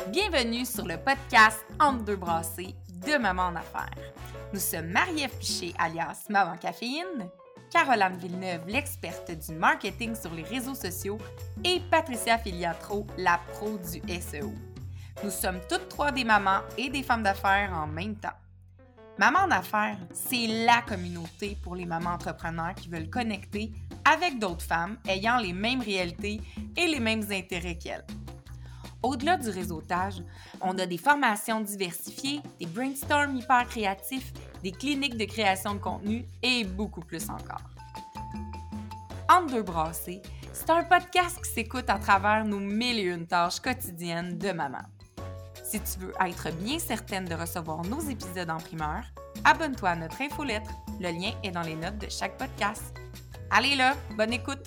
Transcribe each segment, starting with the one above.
Bienvenue sur le podcast Entre deux brassées de Maman en affaires. Nous sommes Marie-Ève Piché, alias Maman Caféine, Caroline Villeneuve, l'experte du marketing sur les réseaux sociaux, et Patricia Filiatro, la pro du SEO. Nous sommes toutes trois des mamans et des femmes d'affaires en même temps. Maman en affaires, c'est la communauté pour les mamans entrepreneurs qui veulent connecter avec d'autres femmes ayant les mêmes réalités et les mêmes intérêts qu'elles. Au-delà du réseautage, on a des formations diversifiées, des brainstorms hyper créatifs, des cliniques de création de contenu et beaucoup plus encore. Entre deux brassées, c'est un podcast qui s'écoute à travers nos 1001 tâches quotidiennes de maman. Si tu veux être bien certaine de recevoir nos épisodes en primeur, abonne-toi à notre infolettre. Le lien est dans les notes de chaque podcast. Allez là, bonne écoute!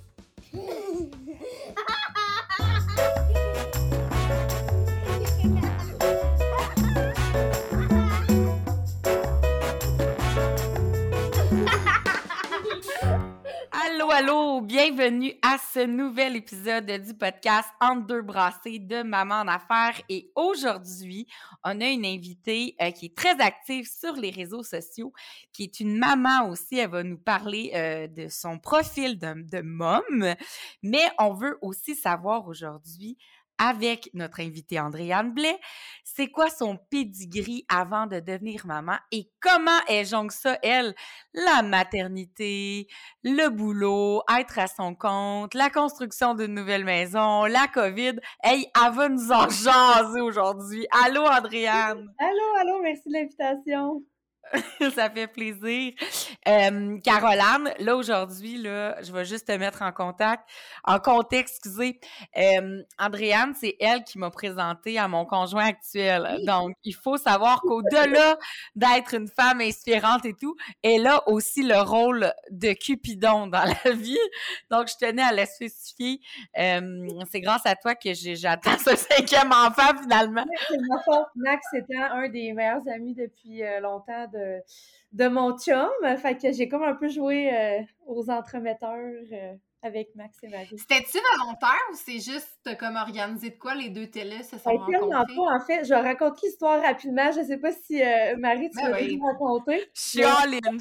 Allô, bienvenue à ce nouvel épisode du podcast Entre deux brassées de Maman en affaires. Et aujourd'hui, on a une invitée qui est très active sur les réseaux sociaux, qui est une maman aussi. Elle va nous parler de son profil de mom, mais on veut aussi savoir aujourd'hui, avec notre invitée Andréane Blais, c'est quoi son pedigree avant de devenir maman et comment elle jongle ça, elle, la maternité, le boulot, être à son compte, la construction d'une nouvelle maison, la COVID. Hey, elle va nous en jaser aujourd'hui. Allô, Andréane! Allô, merci de l'invitation. Ça fait plaisir. Caroline, là, aujourd'hui, là, je vais juste te mettre en contexte, excusez. Andréane, c'est elle qui m'a présenté à mon conjoint actuel. Oui. Donc, il faut savoir qu'au-delà d'être une femme inspirante et tout, elle a aussi le rôle de Cupidon dans la vie. Donc, je tenais à le spécifier. C'est grâce à toi que j'attends ce 5e enfant, finalement. Oui, c'est ma faute. Max était un des meilleurs amis depuis longtemps de mon chum. Fait que j'ai comme un peu joué aux entremetteurs avec Max et Marie. C'était-tu volontaire ou c'est juste comme organisé de quoi les deux télés se sont rencontrés? Tellement pas, en fait. Je vais raconter l'histoire rapidement. Je sais pas si Marie, tu veux nous raconter. Chialine.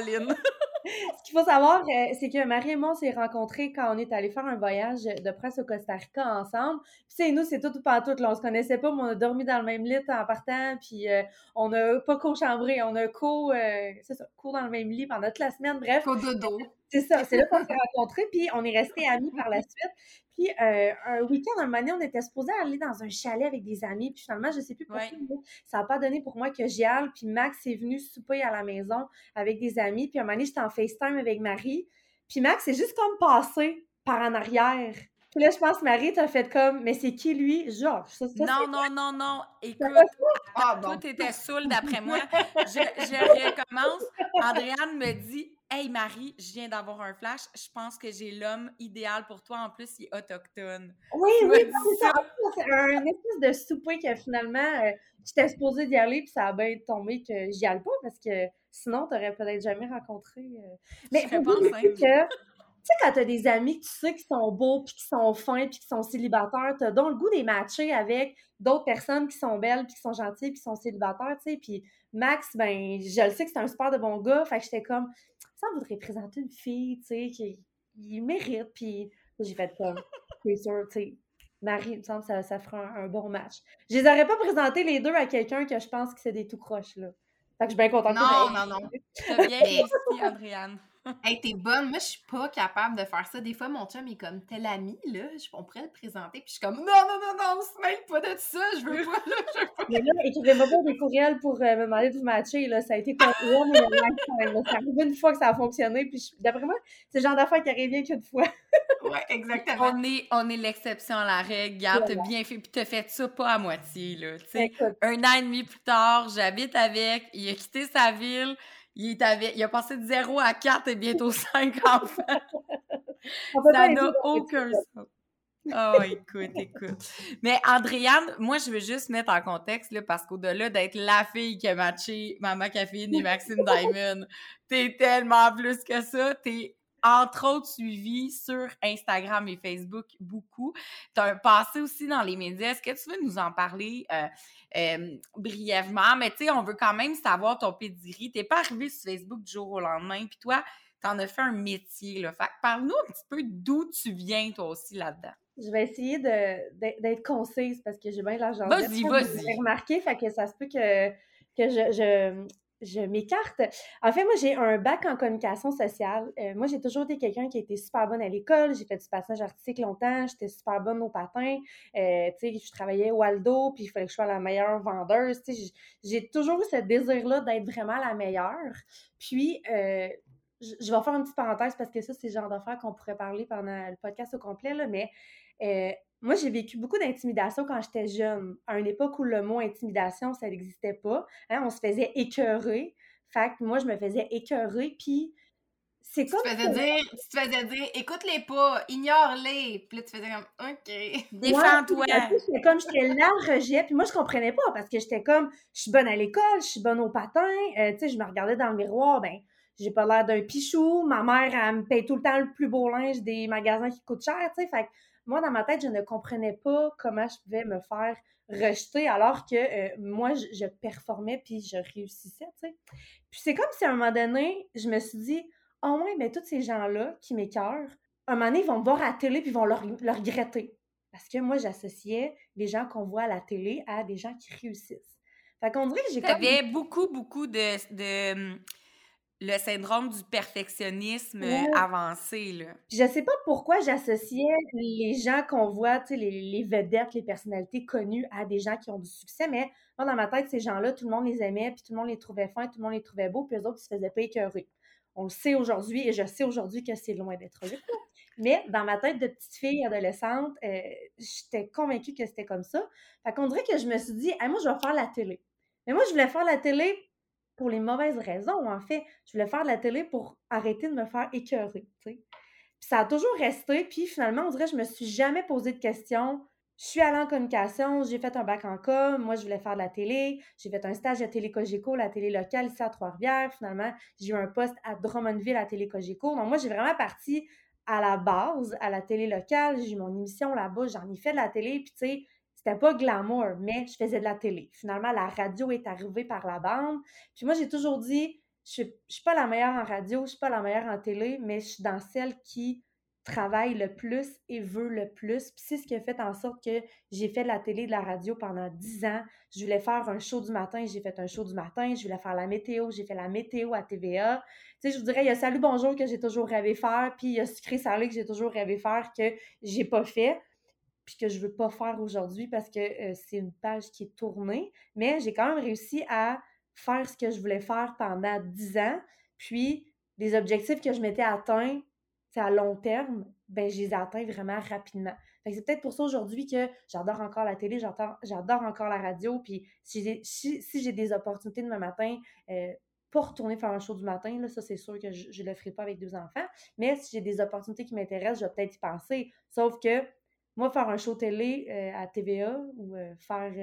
Ce qu'il faut savoir, c'est que Marie et moi, on s'est rencontrés quand on est allé faire un voyage de presse au Costa Rica ensemble. Puis, nous, c'est tout ou pas tout. Là, on se connaissait pas, mais on a dormi dans le même lit en partant. Puis, on a pas co-chambré, on a co dans le même lit pendant toute la semaine. Bref. Co-dodo. C'est ça, c'est là qu'on s'est rencontrés. Puis, on est restés amis par la suite. Puis, un week-end, un moment donné, on était supposés aller dans un chalet avec des amis. Puis, finalement, je sais plus pourquoi, ça n'a pas donné pour moi que j'y aille. Puis, Max est venu souper à la maison avec des amis. Puis, un moment donné, j'étais en FaceTime avec Marie. Puis, Max est juste comme passé par en arrière. Puis là, je pense, Marie, t'as fait comme, mais c'est qui lui? Genre, ça Non. Écoute, toi, t'étais saoule d'après moi. Je recommence. Andréane me dit, hey Marie, je viens d'avoir un flash. Je pense que j'ai l'homme idéal pour toi. En plus, il est autochtone. Oui, c'est ça. C'est un espèce de souper que finalement, j'étais supposée d'y aller, puis ça a bien tombé que j'y aille pas parce que sinon, t'aurais peut-être jamais rencontré. Mais je pense que. Tu sais, quand t'as des amis que tu sais qui sont beaux, puis qui sont fins, puis qui sont célibataires, t'as donc le goût des matcher avec d'autres personnes qui sont belles, puis qui sont gentilles, puis qui sont célibataires, tu sais. Puis Max, ben, je le sais que c'est un super de bon gars, fait que j'étais comme, ça voudrait présenter une fille, tu sais, qui mérite, puis j'ai fait comme, c'est sûr, tu sais, Marie, il me semble que ça fera un bon match. Je les aurais pas présenté les deux à quelqu'un que je pense que c'est des tout croches, là. Fait que je suis bien contente. Non. T'as bien réussi, Andréane. Hey, t'es bonne. Moi, je suis pas capable de faire ça. Des fois, mon chum est comme tel ami, là. On pourrait le présenter. Puis je suis comme non, on se mêle pas de ça. Je veux pas, là. Mais là, écrivez-moi pas des courriels pour me demander de vous matcher, là. Ça a été comme one in a lifetime, là. Ça arrive une fois que ça a fonctionné. Puis d'après moi, c'est le genre d'affaire qui arrive bien qu'une fois. Ouais, exactement. On est l'exception à la règle. Regarde, t'as bien fait. Puis t'as fait ça pas à moitié, là. Tu sais, 1 an et demi plus tard, j'habite avec. Il a quitté sa ville. Il a passé de 0 à 4 et bientôt 5 enfants. Ça n'a aucun sens. Oh, écoute. Mais Andréane, moi, je veux juste mettre en contexte, là, parce qu'au-delà d'être la fille qui a matché Maman Caféine et Maxime Diamond, t'es tellement plus que ça. T'es entre autres, suivi sur Instagram et Facebook beaucoup. Tu as un passé aussi dans les médias. Est-ce que tu veux nous en parler brièvement? Mais tu sais, on veut quand même savoir ton pedigree. T'es pas arrivé sur Facebook du jour au lendemain, puis toi, t'en as fait un métier, là. Fait que parle-nous un petit peu d'où tu viens, toi aussi, là-dedans. Je vais essayer d'être concise parce que j'ai bien de la jasette. Vas-y, Vous vas-y. l'avez remarqué, fait que ça se peut que je m'écarte. En fait, moi, j'ai un bac en communication sociale. Moi, j'ai toujours été quelqu'un qui a été super bonne à l'école. J'ai fait du passage artistique longtemps. J'étais super bonne au patin. Tu sais, je travaillais au Aldo, puis il fallait que je sois la meilleure vendeuse. Tu sais, j'ai toujours eu ce désir-là d'être vraiment la meilleure. Puis, je vais faire une petite parenthèse parce que ça, c'est le genre d'affaires qu'on pourrait parler pendant le podcast au complet, là, mais moi, j'ai vécu beaucoup d'intimidation quand j'étais jeune, à une époque où le mot intimidation, ça n'existait pas. Hein, on se faisait écœurer. Fait que moi, je me faisais écœurer, puis c'est comme... Tu te faisais dire, écoute-les pas, ignore-les. Puis là, tu faisais comme, OK. Défends-toi. C'était comme, j'étais là, rejet, puis moi, je comprenais pas, parce que j'étais comme, je suis bonne à l'école, je suis bonne au patin, tu sais, je me regardais dans le miroir, ben, j'ai pas l'air d'un pichou, ma mère, elle me paye tout le temps le plus beau linge des magasins qui coûtent cher, tu sais, fait que moi, dans ma tête, je ne comprenais pas comment je pouvais me faire rejeter alors que moi, je performais puis je réussissais, tu sais. Puis c'est comme si à un moment donné, je me suis dit, oh ouais, mais tous ces gens-là qui m'écœurent, un moment donné, ils vont me voir à la télé puis ils vont le regretter. Parce que moi, j'associais les gens qu'on voit à la télé à des gens qui réussissent. Fait qu'on dirait que j'ai comme... T'avais beaucoup de le syndrome du perfectionnisme avancé, là. Je sais pas pourquoi j'associais les gens qu'on voit, tu sais, les vedettes, les personnalités connues à des gens qui ont du succès, mais moi, dans ma tête, ces gens-là, tout le monde les aimait, puis tout le monde les trouvait fins, tout le monde les trouvait beaux, puis eux autres, ils se faisaient pas écœurer. On le sait aujourd'hui, et je sais aujourd'hui que c'est loin d'être le cas. Mais dans ma tête de petite fille adolescente, j'étais convaincue que c'était comme ça. Fait qu'on dirait que je me suis dit, hey, moi, je vais faire la télé. Mais moi, je voulais faire la télé pour les mauvaises raisons, en fait. Je voulais faire de la télé pour arrêter de me faire écœurer, tu sais. Puis ça a toujours resté, puis finalement, on dirait que je me suis jamais posé de questions. Je suis allée en communication, j'ai fait un bac en com, moi je voulais faire de la télé, j'ai fait un stage à Télé Cogeco, la télé locale ici à Trois-Rivières. Finalement, j'ai eu un poste à Drummondville à Télé Cogeco. Donc moi, j'ai vraiment parti à la base, à la télé locale. J'ai eu mon émission là-bas, j'en ai fait de la télé, puis tu sais, c'était pas glamour, mais je faisais de la télé. Finalement, la radio est arrivée par la bande. Puis moi, j'ai toujours dit, je suis pas la meilleure en radio, je suis pas la meilleure en télé, mais je suis dans celle qui travaille le plus et veut le plus. Puis c'est ce qui a fait en sorte que j'ai fait de la télé et de la radio pendant 10 ans. Je voulais faire un show du matin, j'ai fait un show du matin. Je voulais faire la météo, j'ai fait la météo à TVA. Tu sais, je vous dirais, il y a Salut Bonjour que j'ai toujours rêvé faire, puis il y a Sucré Salé que j'ai toujours rêvé faire que j'ai pas fait, puis que je veux pas faire aujourd'hui parce que c'est une page qui est tournée. Mais j'ai quand même réussi à faire ce que je voulais faire pendant 10 ans. Puis les objectifs que je m'étais atteints, à long terme, ben je les ai atteints vraiment rapidement. Fait que c'est peut-être pour ça aujourd'hui que j'adore encore la télé, j'adore encore la radio. Puis si j'ai des opportunités demain matin, pas retourner faire un show du matin, là, ça c'est sûr que je le ferai pas avec 2 enfants. Mais si j'ai des opportunités qui m'intéressent, je vais peut-être y penser. Sauf que moi, faire un show télé à TVA ou faire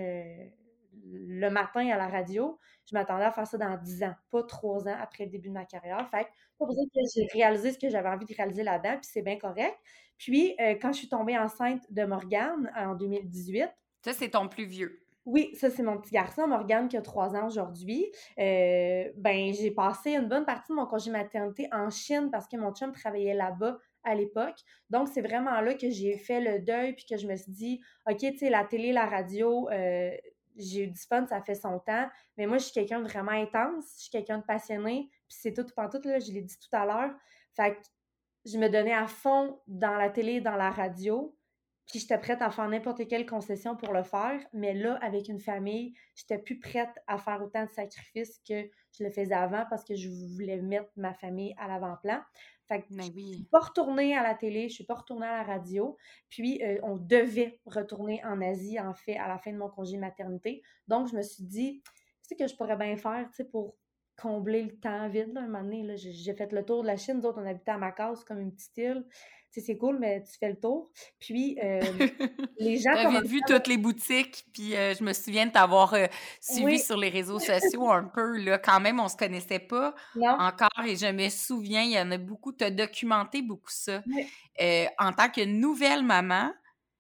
le matin à la radio, je m'attendais à faire ça dans 10 ans, pas 3 ans après le début de ma carrière. Fait que c'est pour ça que j'ai réalisé ce que j'avais envie de réaliser là-dedans, puis c'est bien correct. Puis, quand je suis tombée enceinte de Morgane en 2018, ça, c'est ton plus vieux. Oui, ça, c'est mon petit garçon, Morgane, qui a 3 ans aujourd'hui. Ben, j'ai passé une bonne partie de mon congé maternité en Chine parce que mon chum travaillait là-bas à l'époque. Donc, c'est vraiment là que j'ai fait le deuil puis que je me suis dit, OK, tu sais, la télé, la radio, j'ai eu du fun, ça fait son temps. Mais moi, je suis quelqu'un de vraiment intense, je suis quelqu'un de passionné, puis c'est tout pantoute, là, je l'ai dit tout à l'heure. Fait que je me donnais à fond dans la télé et dans la radio. Puis j'étais prête à faire n'importe quelle concession pour le faire, mais là, avec une famille, j'étais plus prête à faire autant de sacrifices que je le faisais avant parce que je voulais mettre ma famille à l'avant-plan. Fait que je suis pas retournée à la télé, je suis pas retournée à la radio. Puis on devait retourner en Asie, en fait, à la fin de mon congé maternité. Donc, je me suis dit, tu sais que je pourrais bien faire, tu sais, pour combler le temps vide, là, un moment donné, là. J'ai fait le tour de la Chine. Nous autres, on habitait à Macao, c'est comme une petite île. Tu sais, c'est cool, mais tu fais le tour. Puis, les gens T'avais commençaient vu à me... toutes les boutiques, puis je me souviens de t'avoir suivi Oui, sur les réseaux sociaux un peu, là. Quand même, on se connaissait pas non, encore et je me souviens, il y en a beaucoup, t'as documenté beaucoup ça. oui. En tant que nouvelle maman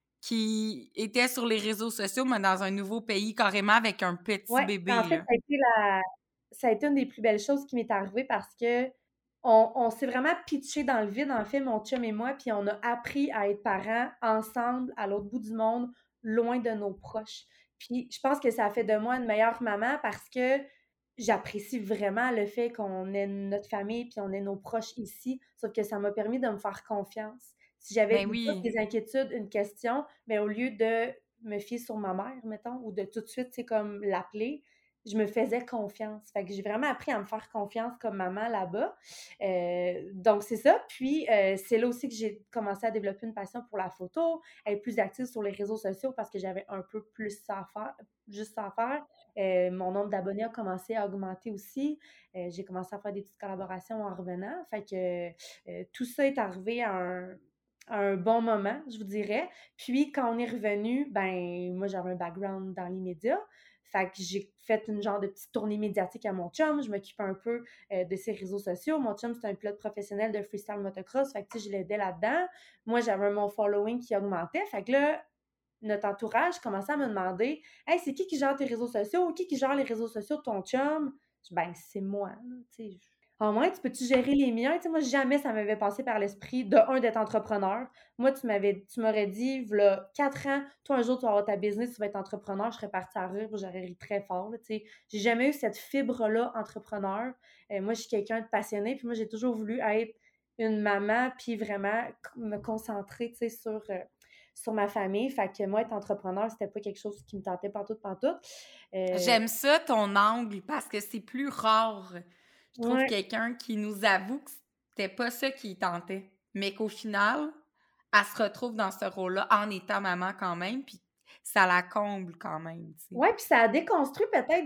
qui était sur les réseaux sociaux, mais dans un nouveau pays, carrément avec un petit Ouais, en bébé, fait, là. ça a été une des plus belles choses qui m'est arrivée parce que on s'est vraiment pitché dans le vide, en fait, mon chum et moi, puis on a appris à être parents ensemble, à l'autre bout du monde, loin de nos proches. Puis je pense que ça a fait de moi une meilleure maman parce que j'apprécie vraiment le fait qu'on ait notre famille puis on ait nos proches ici, sauf que ça m'a permis de me faire confiance. Si j'avais Ben des doutes, oui. des inquiétudes, une question, mais au lieu de me fier sur ma mère, mettons, ou de tout de suite, c'est comme l'appeler, je me faisais confiance. Fait que j'ai vraiment appris à me faire confiance comme maman là-bas. Donc, c'est ça. Puis, c'est là aussi que j'ai commencé à développer une passion pour la photo, à être plus active sur les réseaux sociaux parce que j'avais un peu plus ça à faire, juste ça à faire. Mon nombre d'abonnés a commencé à augmenter aussi. J'ai commencé à faire des petites collaborations en revenant. Fait que tout ça est arrivé à un bon moment, je vous dirais. Puis, quand on est revenu, ben, moi, j'avais un background dans les médias. Fait que j'ai fait une genre de petite tournée médiatique à mon chum. Je m'occupais un peu de ses réseaux sociaux. Mon chum, c'est un pilote professionnel de freestyle motocross. Fait que, tu sais, je l'aidais là-dedans. Moi, j'avais mon following qui augmentait. Fait que là, notre entourage commençait à me demander Hey, c'est qui gère tes réseaux sociaux? Qui gère les réseaux sociaux de ton chum? Je dis, ben, c'est moi. Là, tu sais. En moins, tu peux-tu gérer les miens? Tu sais, moi, jamais ça m'avait passé par l'esprit d'être entrepreneur. Moi, tu m'aurais dit, voilà, 4 ans, toi, un jour, tu vas avoir ta business, tu vas être entrepreneur. Je serais partie à rire, j'aurais ri très fort. Là, tu sais. J'ai jamais eu cette fibre-là entrepreneur. Moi, je suis quelqu'un de passionné, puis moi, j'ai toujours voulu être une maman, puis vraiment me concentrer, tu sais, sur ma famille. Fait que moi, être entrepreneur, c'était pas quelque chose qui me tentait pantoute. J'aime ça, ton angle, parce que c'est plus rare. Je trouve Ouais, quelqu'un qui nous avoue que c'était pas ça qui tentait, mais qu'au final, elle se retrouve dans ce rôle-là en étant maman quand même, puis ça la comble quand même, tu sais. ouais, puis ça a déconstruit peut-être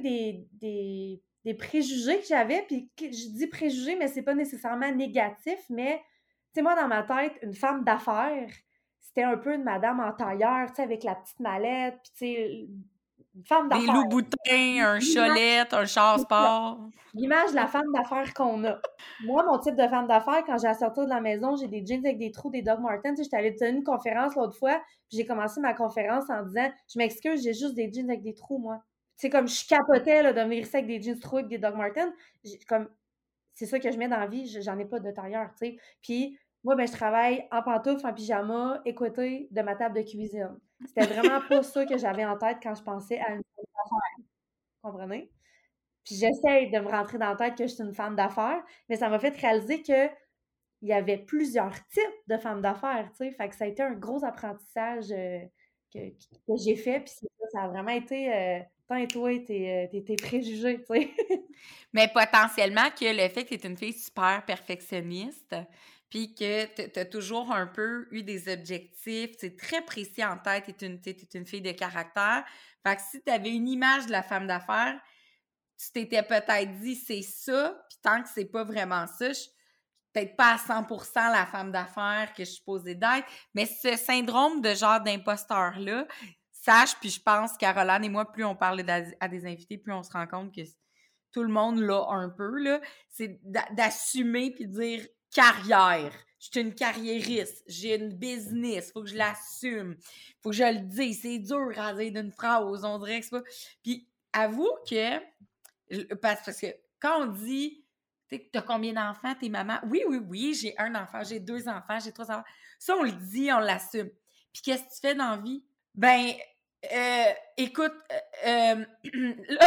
des préjugés que j'avais. Puis je dis préjugés, mais c'est pas nécessairement négatif. Mais, tu sais, moi, dans ma tête, une femme d'affaires, c'était un peu une madame en tailleur, tu sais, avec la petite mallette. Puis, tu sais, une femme Des d'affaires. loups-boutins, un cholette, un char sport. L'image de la femme d'affaires qu'on a. Moi, mon type de femme d'affaires, quand j'ai à sortir de la maison, j'ai des jeans avec des trous, des Doc Martens. Tu sais, j'étais allée tenir une conférence l'autre fois, puis j'ai commencé ma conférence en disant Je m'excuse, j'ai juste des jeans avec des trous, moi. Tu sais, comme je capotais là, de venir ici avec des jeans trous et des Doc Martens. Comme, c'est ça que je mets dans la vie, j'en ai pas de tailleur, tu sais. Puis, moi, ben, je travaille en pantoufles, en pyjama, écoutez, de ma table de cuisine. C'était vraiment pas ça que j'avais en tête quand je pensais à une femme d'affaires, vous comprenez? Puis j'essaye de me rentrer dans la tête que je suis une femme d'affaires, mais ça m'a fait réaliser que il y avait plusieurs types de femmes d'affaires, tu sais. Fait que ça a été un gros apprentissage que j'ai fait. Puis ça a vraiment été tant et toi, tes préjugés, tu sais. Mais potentiellement que le fait que tu es une fille super perfectionniste, puis que tu as toujours un peu eu des objectifs, c'est très précis en tête, t'es une fille de caractère. Fait que si tu avais une image de la femme d'affaires, tu t'étais peut-être dit c'est ça, puis tant que c'est pas vraiment ça, je suis peut-être pas à 100% la femme d'affaires que je suis supposée d'être, mais ce syndrome de genre d'imposteur-là, sache, puis je pense, Caroline et moi, plus on parle à des invités, plus on se rend compte que tout le monde l'a un peu, là, c'est d'assumer puis de dire carrière. Je suis une carriériste, j'ai une business, faut que je l'assume, faut que je le dise. C'est dur à dire d'une phrase, on dirait que c'est pas... Puis avoue que, parce que quand on dit, tu sais, t'as combien d'enfants, t'es maman? Oui, j'ai un enfant, j'ai 2 enfants, j'ai 3 enfants. Ça, on le dit, on l'assume. Puis qu'est-ce que tu fais dans la vie? Ben, écoute, là,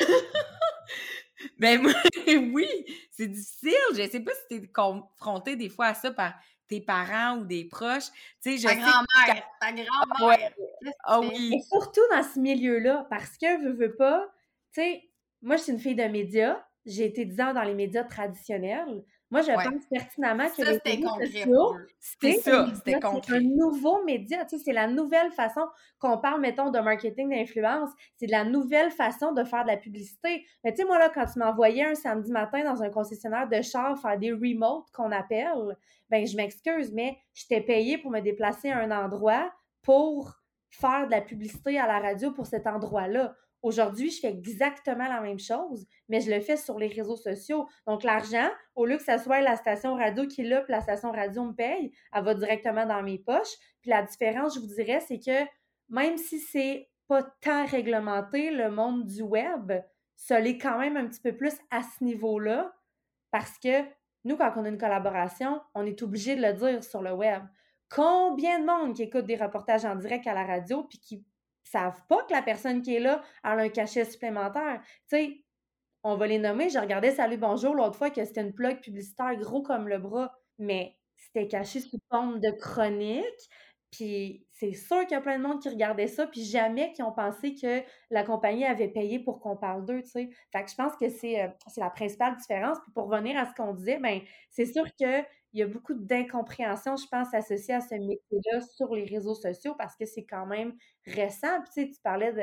ben moi, oui, c'est difficile. Je sais pas si t'es confronté des fois à ça par tes parents ou des proches. Tu sais, je Ta sais grand-mère, ta ah ouais, grand-mère. Qu'est-ce ah que tu fais? Et oui, surtout dans ce milieu-là, parce que, veux pas, tu sais, moi, je suis une fille de médias. J'ai été 10 ans dans les médias traditionnels. Moi, je Ouais. pense pertinemment que Ça, les c'était réseaux concret sociaux, pour eux. C'était c'est ça, c'était c'est un concret. nouveau média, tu sais, c'est la nouvelle façon qu'on parle, mettons, de marketing d'influence, c'est de la nouvelle façon de faire de la publicité. Mais tu sais, moi, là, quand tu m'envoyais un samedi matin dans un concessionnaire de char faire des remotes qu'on appelle, ben je m'excuse, mais je t'ai payé pour me déplacer à un endroit pour faire de la publicité à la radio pour cet endroit-là. Aujourd'hui, je fais exactement la même chose, mais je le fais sur les réseaux sociaux. Donc, l'argent, au lieu que ça soit la station radio qui l'a, puis la station radio me paye, elle va directement dans mes poches. Puis la différence, je vous dirais, c'est que même si c'est pas tant réglementé, le monde du web, ça l'est quand même un petit peu plus à ce niveau-là, parce que nous, quand on a une collaboration, on est obligé de le dire sur le web. Combien de monde qui écoute des reportages en direct à la radio puis qui savent pas que la personne qui est là a un cachet supplémentaire? Tu sais, on va les nommer. Je regardais Salut Bonjour l'autre fois que c'était une plug publicitaire gros comme le bras, mais c'était caché sous forme de chronique. Puis c'est sûr qu'il y a plein de monde qui regardait ça, puis jamais qui ont pensé que la compagnie avait payé pour qu'on parle d'eux, tu sais. Fait que je pense que c'est la principale différence. Puis pour revenir à ce qu'on disait, ben c'est sûr qu'il y a beaucoup d'incompréhension, je pense, associée à ce métier-là sur les réseaux sociaux parce que c'est quand même récent. Puis tu sais, tu parlais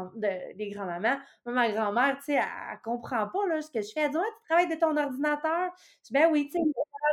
des grands-mamans. Moi, ma grand-mère, tu sais, elle comprend pas là, ce que je fais. Elle dit: «Ouais, tu travailles de ton ordinateur?» Je dis: «Ben oui, tu sais,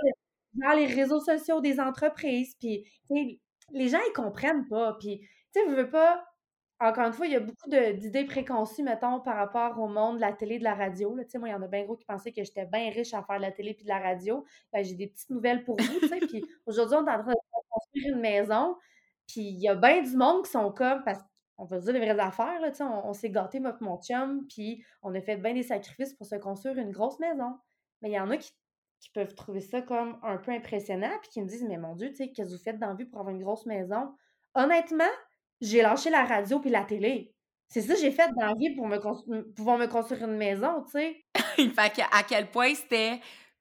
je gère les réseaux sociaux des entreprises.» Puis, tu sais, les gens, ils comprennent pas. Puis, tu sais, veux pas, encore une fois, il y a beaucoup d'idées préconçues, mettons, par rapport au monde de la télé, de la radio. Là. Tu sais, moi, il y en a bien gros qui pensaient que j'étais bien riche à faire de la télé puis de la radio. Ben, j'ai des petites nouvelles pour vous, tu sais. Puis aujourd'hui, on est en train de construire une maison. Puis il y a bien du monde qui sont comme, parce qu'on va se dire les vraies affaires, là, tu sais, on s'est gâtés, moi et mon chum, puis on a fait bien des sacrifices pour se construire une grosse maison. Mais il y en a qui peuvent trouver ça comme un peu impressionnant, puis qui me disent: «Mais mon Dieu, tu sais, qu'est-ce que vous faites dans la vie pour avoir une grosse maison?» Honnêtement, j'ai lâché la radio puis la télé. C'est ça que j'ai fait dans la vie pour pouvoir me construire une maison, tu sais. Fait que à quel point c'était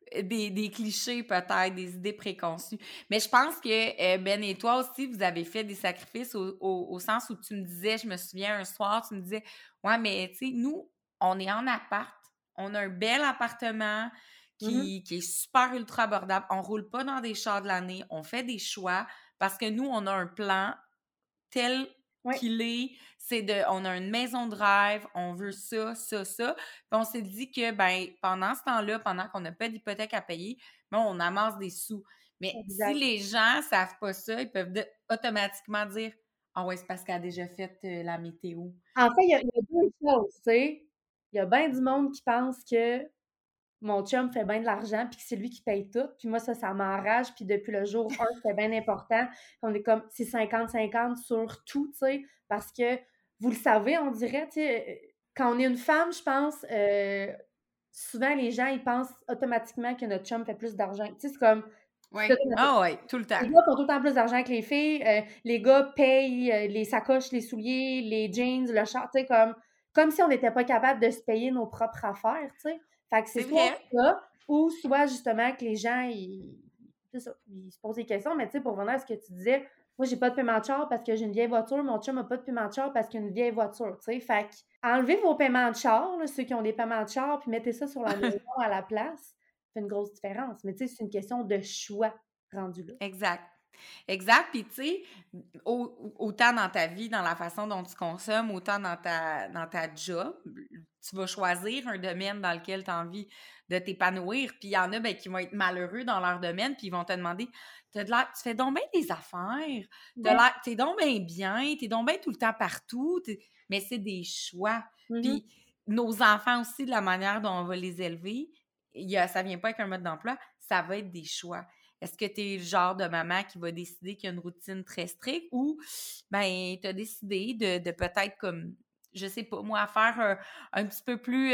des clichés peut-être, des idées préconçues. Mais je pense que Ben et toi aussi, vous avez fait des sacrifices au sens où tu me disais, je me souviens un soir, tu me disais, ouais, mais tu sais, nous, on est en appart, on a un bel appartement Mhm. qui est super ultra abordable, on roule pas dans des chars de l'année, on fait des choix parce que nous, on a un plan tel Ouais, qu'il est, on a une maison de rêve, on veut ça, ça, ça. Puis on s'est dit que, ben, pendant ce temps-là, pendant qu'on n'a pas d'hypothèque à payer, ben, on amasse des sous. Mais si exact. les gens savent pas ça, ils peuvent automatiquement dire, ah ouais, c'est parce qu'elle a déjà fait la météo. En fait, il y a deux choses, tu sais. Il y a bien du monde qui pense que mon chum fait bien de l'argent puis que c'est lui qui paye tout. Puis moi, ça m'enrage. Puis depuis le jour 1, c'était bien important. On est comme, c'est 50-50 sur tout, tu sais, parce que, vous le savez, on dirait, tu sais, quand on est une femme, je pense, souvent les gens, ils pensent automatiquement que notre chum fait plus d'argent. Tu sais, c'est comme, c'est Oui. automatique. Ah ouais, tout le temps. Les gars font tout le temps plus d'argent que les filles. Les gars payent les sacoches, les souliers, les jeans, le char, tu sais, comme si on n'était pas capable de se payer nos propres affaires, tu sais. Fait que c'est C'est soit vrai. ça, ou soit justement que les gens, c'est ça, ils se posent des questions, mais tu sais, pour revenir à ce que tu disais, moi, j'ai pas de paiement de char parce que j'ai une vieille voiture, mon chum a pas de paiement de char parce qu'il a une vieille voiture, tu sais. Fait que, enlevez vos paiements de char, là, ceux qui ont des paiements de char, puis mettez ça sur la maison à la place, ça fait une grosse différence. Mais tu sais, c'est une question de choix rendu là. Exact. Exact. Puis, tu sais, autant dans ta vie, dans la façon dont tu consommes, autant dans ta job, tu vas choisir un domaine dans lequel tu as envie de t'épanouir. Puis, il y en a ben, qui vont être malheureux dans leur domaine, puis ils vont te demander, tu fais donc bien des affaires, Ouais. t'es donc bien, t'es donc bien tout le temps partout, mais c'est des choix. Mhm. Puis, nos enfants aussi, de la manière dont on va les élever, ça vient pas avec un mode d'emploi, ça va être des choix. Est-ce que tu es le genre de maman qui va décider qu'il y a une routine très stricte ou, ben, tu as décidé de peut-être comme, je sais pas, moi, faire un petit peu plus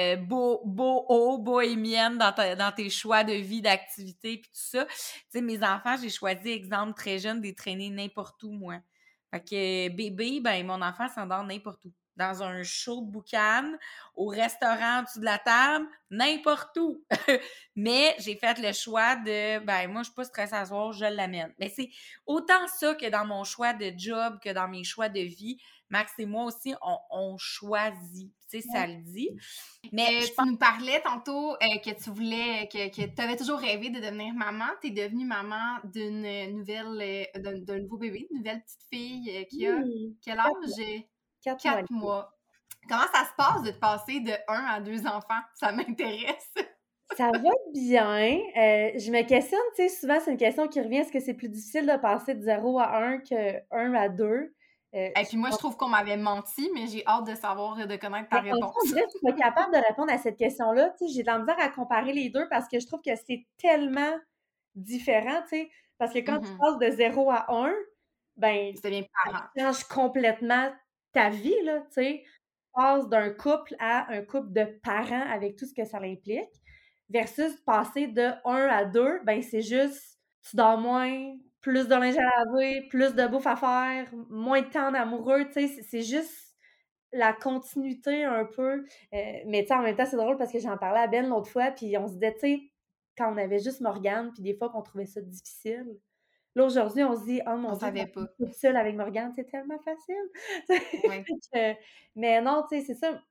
bohémienne dans tes choix de vie, d'activité, puis tout ça. Tu sais, mes enfants, j'ai choisi, exemple, très jeune, de les traîner n'importe où, moi. Fait que bébé, ben, mon enfant s'endort n'importe où. dans un show de boucan, au restaurant en dessous de la table, n'importe où. Mais j'ai fait le choix de, moi, je suis pas stressée à soir, je l'amène. Mais c'est autant ça que dans mon choix de job, que dans mes choix de vie. Max et moi aussi, on choisit. Tu sais, ça le dit. Mais tu nous parlais tantôt que tu voulais, que tu avais toujours rêvé de devenir maman. Tu es devenue maman d'une nouvelle, d'un nouveau bébé, d'une nouvelle petite fille qui a quel âge? 4 mois. Comment ça se passe de te passer de 1 à 2 enfants? Ça m'intéresse. Ça va bien. Je me questionne, tu sais, souvent c'est une question qui revient, est-ce que c'est plus difficile de passer de 0 à 1 que 1 à 2? Et puis moi, je trouve qu'on m'avait menti, mais j'ai hâte de savoir, de connaître ta réponse. En vrai, je suis pas capable de répondre à cette question-là. Tu sais, j'ai de la misère à comparer les deux parce que je trouve que c'est tellement différent, tu sais. Parce que quand tu passes de 0 à 1, ben, tu deviens parent. Ça change complètement ta vie, là, tu sais. Tu passes d'un couple à un couple de parents avec tout ce que ça implique, versus passer de 1 à 2, ben, c'est juste, tu dors moins, plus de linge à laver, plus de bouffe à faire, moins de temps en amoureux, tu sais, c'est juste la continuité un peu. Mais tu sais, en même temps, c'est drôle parce que j'en parlais à Ben l'autre fois, puis on se disait, tu sais, quand on avait juste Morgane, puis des fois qu'on trouvait ça difficile. Là, aujourd'hui, on se dit, oh mon On Dieu, savait pas. toute seule avec Morgane, c'est tellement facile. Ouais. Mais non, tu sais, c'est ça.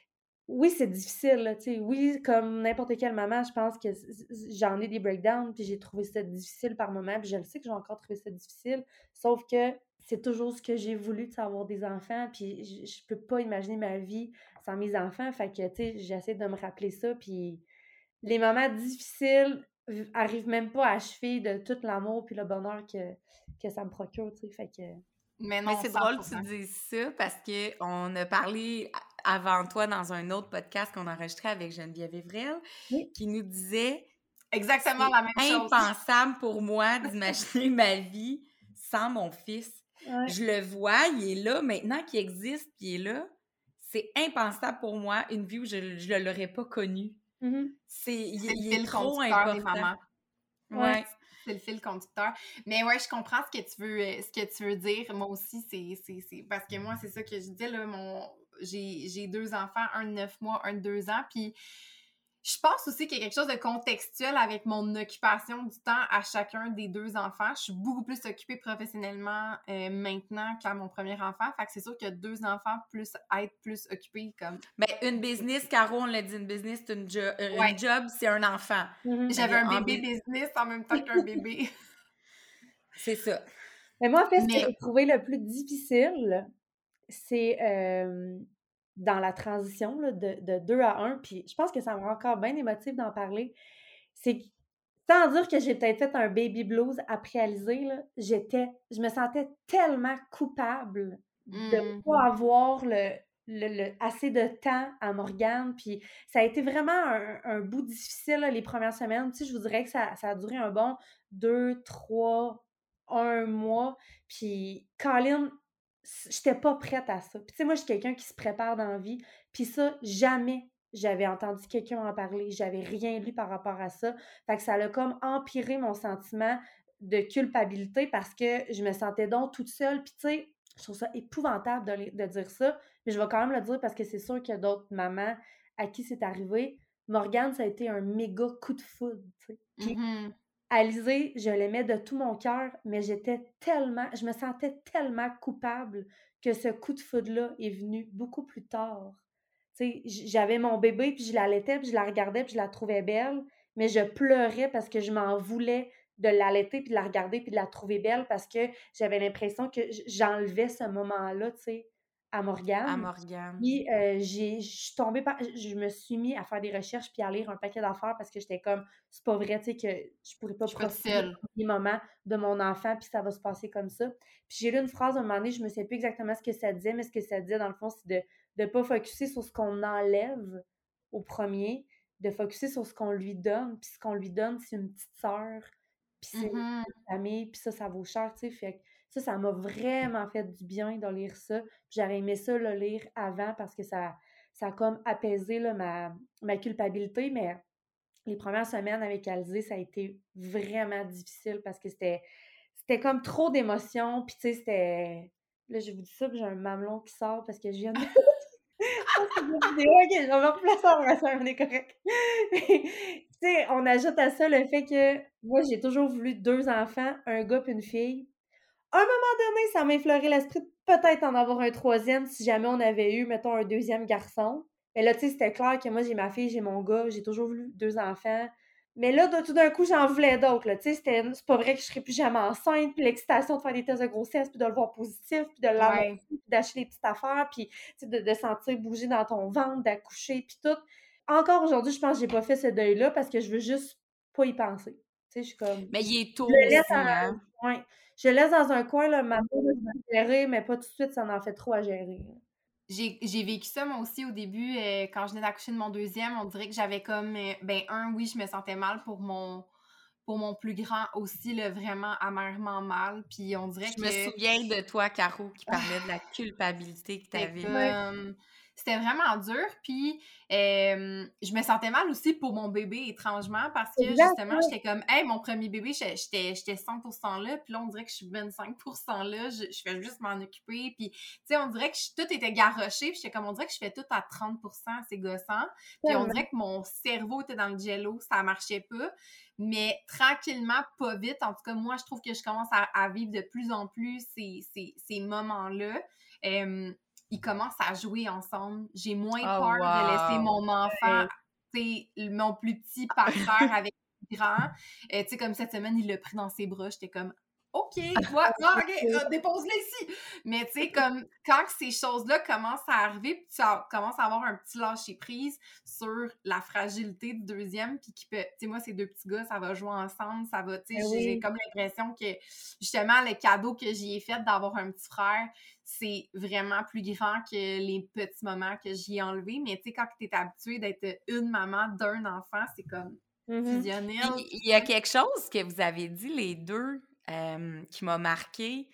Oui, c'est difficile, là, tu sais. Oui, comme n'importe quelle maman, je pense que j'en ai des breakdowns, puis j'ai trouvé ça difficile par moments, puis je le sais que j'ai encore trouvé ça difficile, sauf que c'est toujours ce que j'ai voulu, tu sais, avoir des enfants, puis je peux pas imaginer ma vie sans mes enfants, fait que, tu sais, j'essaie de me rappeler ça, puis les moments difficiles arrivent même pas à achever de tout l'amour puis le bonheur que ça me procure, tu sais, fait que... Mais non, c'est drôle que tu dises ça parce qu'on a parlé avant toi dans un autre podcast qu'on a enregistré avec Geneviève Evrel qui nous disait exactement la même chose. C'est impensable pour moi d'imaginer ma vie sans mon fils. Ouais. Je le vois, il est là, maintenant qu'il existe puis il est là. C'est impensable pour moi, une vie où je ne l'aurais pas connu. Mm-hmm. Il est trop important. Des mamans. Ouais. C'est le fil conducteur. Mais ouais, je comprends ce que tu veux dire. Moi aussi, c'est parce que moi, c'est ça que je disais, là, j'ai 2 enfants, un de 9 mois, un de 2 ans, puis je pense aussi qu'il y a quelque chose de contextuel avec mon occupation du temps à chacun des 2 enfants. Je suis beaucoup plus occupée professionnellement maintenant qu'à mon premier enfant. Fait que c'est sûr que 2 enfants plus être plus occupée comme... une business, Caro, on l'a dit, une business, c'est une job, c'est un enfant. Mm-hmm. J'avais un bébé business en même temps qu'un bébé. C'est ça. Mais moi, en fait, ce que j'ai trouvé le plus difficile, c'est dans la transition là, de 2 à 1, puis je pense que ça me rend encore bien émotive d'en parler, c'est sans dire que j'ai peut-être fait un baby blues après Alizé, là, je me sentais tellement coupable de ne pas avoir assez de temps à Morgane, puis ça a été vraiment un bout difficile là, les premières semaines, tu sais, je vous dirais que ça a duré un bon 2, 3, 1 mois, puis Colin, j'étais pas prête à ça. Puis tu sais, moi, je suis quelqu'un qui se prépare dans la vie, puis ça, jamais j'avais entendu quelqu'un en parler, j'avais rien lu par rapport à ça. Fait que ça a comme empiré mon sentiment de culpabilité parce que je me sentais donc toute seule. Puis tu sais, je trouve ça épouvantable de dire ça, mais je vais quand même le dire parce que c'est sûr qu'il y a d'autres mamans à qui c'est arrivé. Morgane, ça a été un méga coup de foudre, tu sais. Puis Alizé, je l'aimais de tout mon cœur, mais je me sentais tellement coupable que ce coup de foudre-là est venu beaucoup plus tard. Tu sais, j'avais mon bébé, puis je l'allaitais, puis je la regardais, puis je la trouvais belle, mais je pleurais parce que je m'en voulais de l'allaiter, puis de la regarder, puis de la trouver belle, parce que j'avais l'impression que j'enlevais ce moment-là, tu sais, à Morgane. Puis je me suis mis à faire des recherches puis à lire un paquet d'affaires parce que j'étais comme, c'est pas vrai, tu sais, que je pourrais pas profiter du moment de mon enfant puis ça va se passer comme ça. Puis j'ai lu une phrase à un moment donné, je me sais plus exactement ce que ça disait, mais ce que ça disait dans le fond, c'est de ne pas focusser sur ce qu'on enlève au premier, de focusser sur ce qu'on lui donne. Puis ce qu'on lui donne, c'est une petite sœur, puis c'est une famille, puis ça vaut cher, tu sais, fait que ça m'a vraiment fait du bien de lire ça. J'aurais aimé ça le lire avant parce que ça a comme apaisé là, ma culpabilité, mais les premières semaines avec Alizé, ça a été vraiment difficile parce que c'était comme trop d'émotions, puis tu sais, c'était... Là, je vous dis ça, puis j'ai un mamelon qui sort parce que je viens de... OK, je vais me replacer en brasseur, on est correct. Tu sais, on ajoute à ça le fait que moi, j'ai toujours voulu 2 enfants, un gars puis une fille. À un moment donné, ça m'a effleuré l'esprit de peut-être en avoir un troisième si jamais on avait eu, mettons, un deuxième garçon. Mais là, tu sais, c'était clair que moi, j'ai ma fille, j'ai mon gars, j'ai toujours voulu 2 enfants. Mais là, tout d'un coup, j'en voulais d'autres, là. Tu sais, c'est pas vrai que je serais plus jamais enceinte, puis l'excitation de faire des tests de grossesse, puis de le voir positif, puis de l'annoncer, Ouais. puis d'acheter des petites affaires, puis tu sais, de sentir bouger dans ton ventre, d'accoucher, puis tout. Encore aujourd'hui, je pense que j'ai pas fait ce deuil-là parce que je veux juste pas y penser. Tu sais, je suis comme, Mais il est je tôt le laisse aussi, hein? ouais, je le laisse dans un coin, là, ma mère, je vais gérer, mais pas tout de suite, ça en fait trop à gérer. J'ai vécu ça, moi aussi, au début, quand je venais d'accoucher de mon deuxième, on dirait que j'avais comme, oui, je me sentais mal pour mon plus grand aussi, là, vraiment amèrement mal, puis on dirait Je me que souviens de toi, Caro, qui parlait de la culpabilité que tu c'était avais. Ouais. comme... C'était vraiment dur, puis je me sentais mal aussi pour mon bébé, étrangement, parce que, Exact, justement, ouais. j'étais comme, hey, mon premier bébé, j'étais 100% là, puis là, on dirait que je suis 25% là, je fais juste m'en occuper, puis, tu sais, on dirait que tout était garoché, puis j'étais comme, on dirait que je fais tout à 30%, c'est gossant, puis on Tellement. dirait que mon cerveau était dans le jello, ça marchait pas, mais tranquillement, pas vite, en tout cas, moi, je trouve que je commence à vivre de plus en plus ces moments-là. Ils commencent à jouer ensemble. J'ai moins Oh, peur de laisser wow! mon enfant, Ouais. tu sais, mon plus petit par terre avec le grand. Tu sais, comme cette semaine, il l'a pris dans ses bras. J'étais comme, OK, ouais, OK, dépose-le ici. Mais tu sais, comme quand ces choses-là commencent à arriver, puis tu commences à avoir un petit lâcher-prise sur la fragilité du deuxième, puis qui peut, tu sais, moi, ces deux petits gars, ça va jouer ensemble, ça va, tu sais, Ben j'ai oui. comme l'impression que, justement, le cadeau que j'y ai fait d'avoir un petit frère, c'est vraiment plus grand que les petits moments que j'y ai enlevés. Mais tu sais, quand tu es habitué d'être une maman d'un enfant, c'est comme Mhm. fusionnel. Puis, il y a quelque chose que vous avez dit, les deux, qui m'a marqué.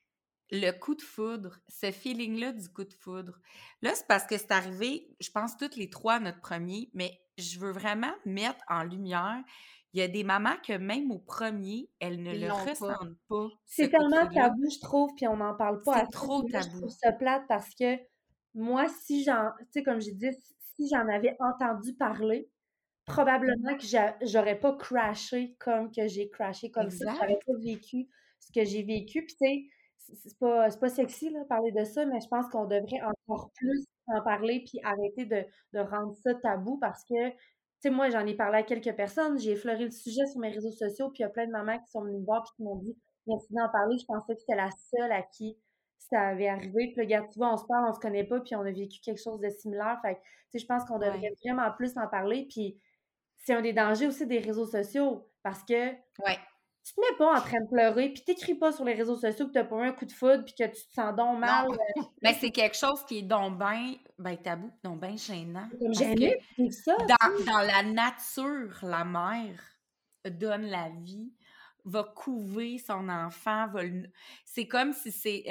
Le coup de foudre, ce feeling-là du coup de foudre. Là, c'est parce que c'est arrivé, je pense, toutes les trois à notre premier, mais je veux vraiment mettre en lumière, il y a des mamans que même au premier, elles ne Ils le l'ont pas. ressentent pas, ce C'est coup de tellement foudre-là. tabou, je trouve, puis on n'en parle pas C'est assez. trop Puis moi, je trouve tabou. ça plate parce que moi, si tu sais, comme j'ai dit, si j'en avais entendu parler, probablement que j'aurais pas crashé comme que j'ai crashé comme ça. J'aurais Exact. pas vécu ce que j'ai vécu. Puis, tu sais, c'est pas sexy, là, parler de ça, mais je pense qu'on devrait encore plus en parler puis arrêter de rendre ça tabou parce que, tu sais, moi, j'en ai parlé à quelques personnes, j'ai effleuré le sujet sur mes réseaux sociaux, puis il y a plein de mamans qui sont venues me voir puis qui m'ont dit merci d'en parler. Je pensais que c'était la seule à qui ça avait arrivé. Puis, le gars, tu vois, on se parle, on se connaît pas, puis on a vécu quelque chose de similaire. Fait que, tu sais, je pense qu'on devrait Ouais. vraiment plus en parler. Puis, c'est un des dangers aussi des réseaux sociaux parce que Ouais. tu te mets pas en train de pleurer, puis t'écris pas sur les réseaux sociaux que t'as pas eu un coup de foudre, puis que tu te sens donc Non. mal. Mais c'est quelque chose qui est donc ben tabou, donc ben gênant. C'est comme Parce que gêné de vivre ça, tu sais. dans la nature, la mère donne la vie, va couver son enfant, c'est comme si c'est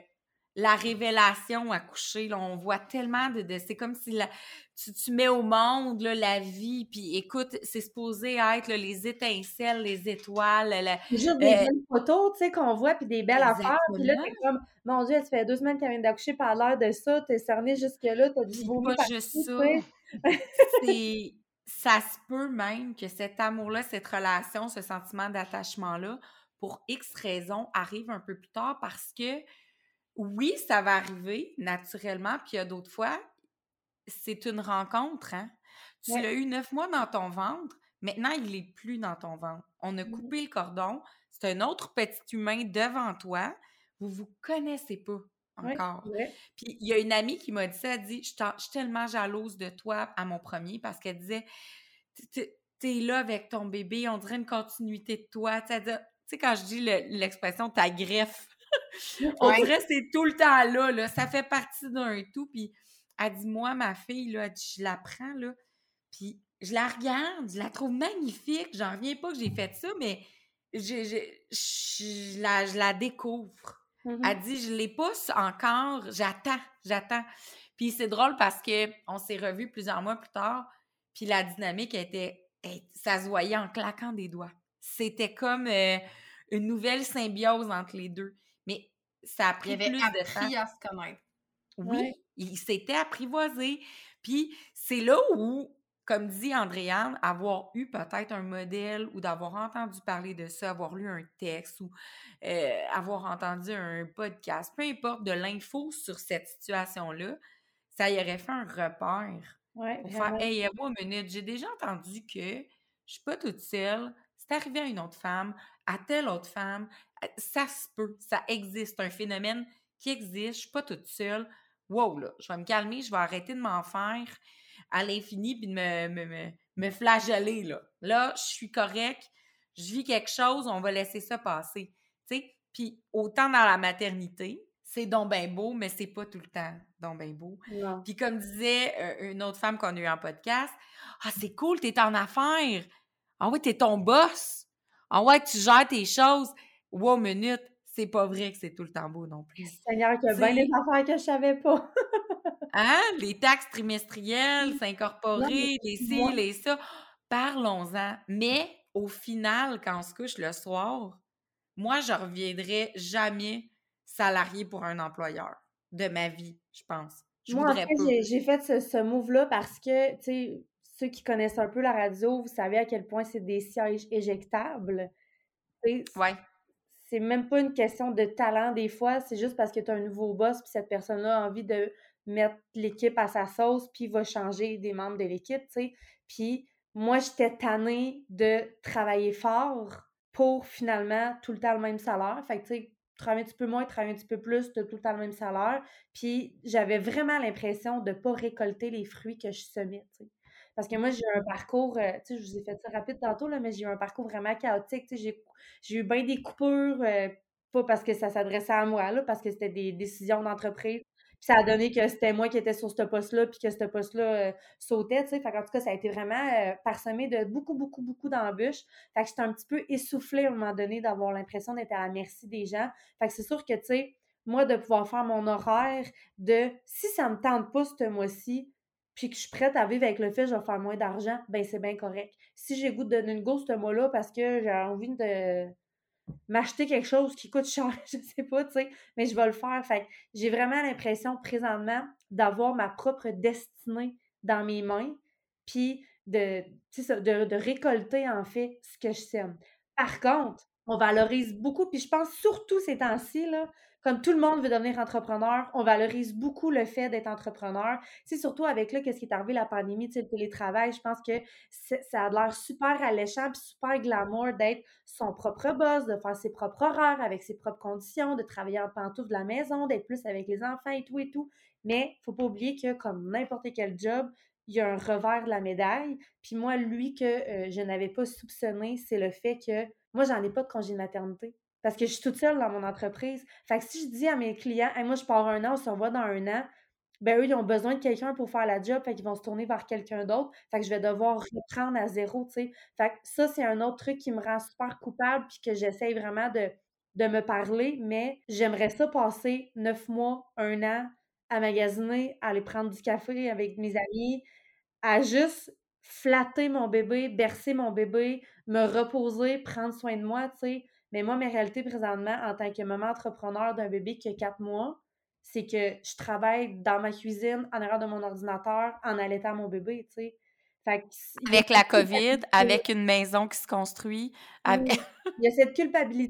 la révélation à coucher. Là, on voit tellement c'est comme si tu mets au monde là, la vie, puis écoute, c'est supposé être là, les étincelles, les étoiles. C'est juste des belles photos, tu sais, qu'on voit, puis des belles affaires, puis là, Exactement. t'es comme, mon Dieu, ça fait 2 semaines qu'elle vient d'accoucher, puis elle a l'air de ça, t'es cernée jusque-là, t'as du Puis vomi pas partout, juste tu ça. sais. C'est ça se peut même que cet amour-là, cette relation, ce sentiment d'attachement-là, pour X raisons, arrive un peu plus tard parce que oui, ça va arriver naturellement, puis il y a d'autres fois, c'est une rencontre, hein. Tu Ouais. l'as eu 9 mois dans ton ventre, maintenant il est plus dans ton ventre. On a Mmh. coupé le cordon, c'est un autre petit humain devant toi, vous vous connaissez pas Ouais, encore. c'est vrai. Puis il y a une amie qui m'a dit ça, elle dit: Je suis tellement jalouse de toi à mon premier parce qu'elle disait t'es là avec ton bébé, on dirait une continuité de toi. Tu sais, tu sais, quand je dis l'expression ta greffe, on Ouais. dirait que c'est tout le temps là, là. Ça fait partie d'un tout. Puis elle dit, moi, ma fille, là, elle dit, je la prends, là, puis je la regarde, je la trouve magnifique. J'en reviens pas que j'ai fait ça, mais je la découvre. Mmh. Elle dit, je l'ai pas encore, j'attends. Puis c'est drôle parce que on s'est revus plusieurs mois plus tard, puis la dynamique ça se voyait en claquant des doigts. C'était comme une nouvelle symbiose entre les deux. Mais ça a Il pris avait plus de temps. appris à se connaître. Oui, Ouais. Il s'était apprivoisé. Puis c'est là où, comme dit Andréane, avoir eu peut-être un modèle ou d'avoir entendu parler de ça, avoir lu un texte ou avoir entendu un podcast, peu importe, de l'info sur cette situation-là, ça y aurait fait un repère Ouais, pour faire « vraiment. Hey, moi, une minute, j'ai déjà entendu que je suis pas toute seule, c'est arrivé à une autre femme, à telle autre femme, ça se peut, ça existe, un phénomène qui existe, je suis pas toute seule. Wow, là, je vais me calmer, je vais arrêter de m'en faire à l'infini puis de me flageller, là. Là, je suis correcte, je vis quelque chose, on va laisser ça passer. » Tu sais, puis autant dans la maternité, c'est donc ben beau, mais c'est pas tout le temps donc ben beau. Non. Puis comme disait une autre femme qu'on a eu en podcast, « Ah, c'est cool, t'es en affaires. Ah oui, t'es ton boss. Ah ouais, tu gères tes choses. » Wow, minute, c'est pas vrai que c'est tout le temps beau non plus. Seigneur, qu'il y a Tu bien des sais, affaires que je savais pas. hein? Les taxes trimestrielles, Non, mais s'incorporer, les ci, moi, les ça. Parlons-en. Mais au final, quand on se couche le soir, moi, je reviendrai jamais salarié pour un employeur de ma vie, je pense. Je moi, en voudrais fait, pas. j'ai fait ce move-là parce que, tu sais, ceux qui connaissent un peu la radio, vous savez à quel point c'est des sièges éjectables. Tu sais, Ouais. c'est même pas une question de talent des fois, c'est juste parce que tu as un nouveau boss puis cette personne-là a envie de mettre l'équipe à sa sauce puis va changer des membres de l'équipe, tu sais. Puis moi, j'étais tannée de travailler fort pour finalement tout le temps le même salaire. Fait que, tu sais, travailler un petit peu moins, travailler un petit peu plus, t'as tout le temps le même salaire. Puis j'avais vraiment l'impression de pas récolter les fruits que je semais, tu sais. Parce que moi, j'ai eu un parcours, tu sais, je vous ai fait ça rapide tantôt, là, mais j'ai eu un parcours vraiment chaotique. Tu sais, j'ai eu bien des coupures, pas parce que ça s'adressait à moi, là, parce que c'était des décisions d'entreprise. Puis ça a donné que c'était moi qui étais sur ce poste-là, puis que ce poste-là sautait, tu sais. Fait qu'en tout cas, ça a été vraiment parsemé de beaucoup, beaucoup, beaucoup d'embûches. Fait que j'étais un petit peu essoufflée à un moment donné d'avoir l'impression d'être à la merci des gens. Fait que c'est sûr que, tu sais, moi, de pouvoir faire mon horaire de si ça me tente pas ce mois-ci, puis que je suis prête à vivre avec le fait que je vais faire moins d'argent, ben c'est bien correct. Si j'ai le goût de donner une go ce mois-là parce que j'ai envie de m'acheter quelque chose qui coûte cher, je sais pas, tu sais, mais je vais le faire. Fait que j'ai vraiment l'impression présentement d'avoir ma propre destinée dans mes mains, puis tu sais ça, de récolter en fait ce que je sème. Par contre, on valorise beaucoup, puis je pense surtout ces temps-ci, là, comme tout le monde veut devenir entrepreneur, on valorise beaucoup le fait d'être entrepreneur. Tu sais, surtout avec là, qu'est-ce qui est arrivé, la pandémie, tu sais, le télétravail, je pense que ça a l'air super alléchant puis super glamour d'être son propre boss, de faire ses propres horaires avec ses propres conditions, de travailler en pantoufles de la maison, d'être plus avec les enfants et tout et tout. Mais faut pas oublier que comme n'importe quel job, il y a un revers de la médaille. Puis moi, lui que je n'avais pas soupçonné, c'est le fait que moi, j'en ai pas de congé de maternité. Parce que je suis toute seule dans mon entreprise. Fait que si je dis à mes clients, hey, moi, je pars un an, on se revoit dans un an, ben eux, ils ont besoin de quelqu'un pour faire la job, fait qu'ils vont se tourner vers quelqu'un d'autre. Fait que je vais devoir reprendre à zéro, tu sais. Fait que ça, c'est un autre truc qui me rend super coupable puis que j'essaye vraiment de me parler, mais j'aimerais ça passer 9 mois, un an à magasiner, à aller prendre du café avec mes amis, à juste flatter mon bébé, bercer mon bébé, me reposer, prendre soin de moi, tu sais. Mais moi, mes réalités présentement, en tant que maman entrepreneur d'un bébé qui a 4 mois, c'est que je travaille dans ma cuisine, en arrière de mon ordinateur, en allaitant mon bébé, tu sais. Fait que il y a Avec la cette COVID, culpabilité-là. avec une maison qui se construit, Mmh. avec... Il y a cette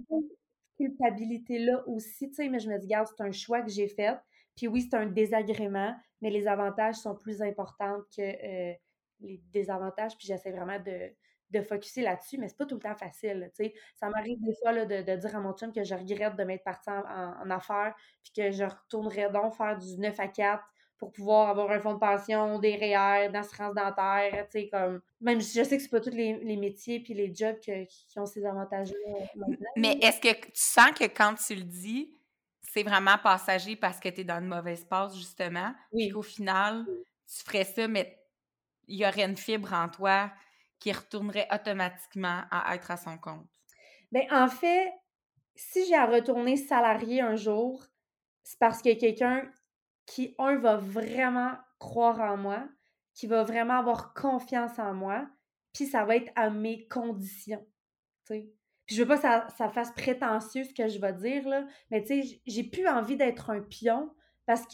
culpabilité-là aussi, tu sais, mais je me dis: «Regarde, c'est un choix que j'ai fait, puis oui, c'est un désagrément, mais les avantages sont plus importants que, les désavantages», puis j'essaie vraiment de focusser là-dessus, mais c'est pas tout le temps facile, là, tu sais. Ça m'arrive des fois, là, de dire à mon chum que je regrette de m'être partie en affaires, puis que je retournerais donc faire du 9 à 4 pour pouvoir avoir un fonds de pension, des REER, une assurance dentaire, tu sais, comme même je sais que c'est pas tous les métiers puis les jobs qui ont ces avantages-là maintenant, Mais là. est-ce que tu sens que quand tu le dis, c'est vraiment passager parce que tu es dans une mauvaise passe, justement, puis Oui. qu'au final, tu ferais ça, mais il y aurait une fibre en toi qui retournerait automatiquement à être à son compte? Ben, en fait, si j'ai à retourner salarié un jour, c'est parce qu'il y a quelqu'un qui, un, va vraiment croire en moi, qui va vraiment avoir confiance en moi, puis ça va être à mes conditions, tu sais. Puis je veux pas que ça fasse prétentieux ce que je vais dire, là, mais tu sais, j'ai plus envie d'être un pion parce que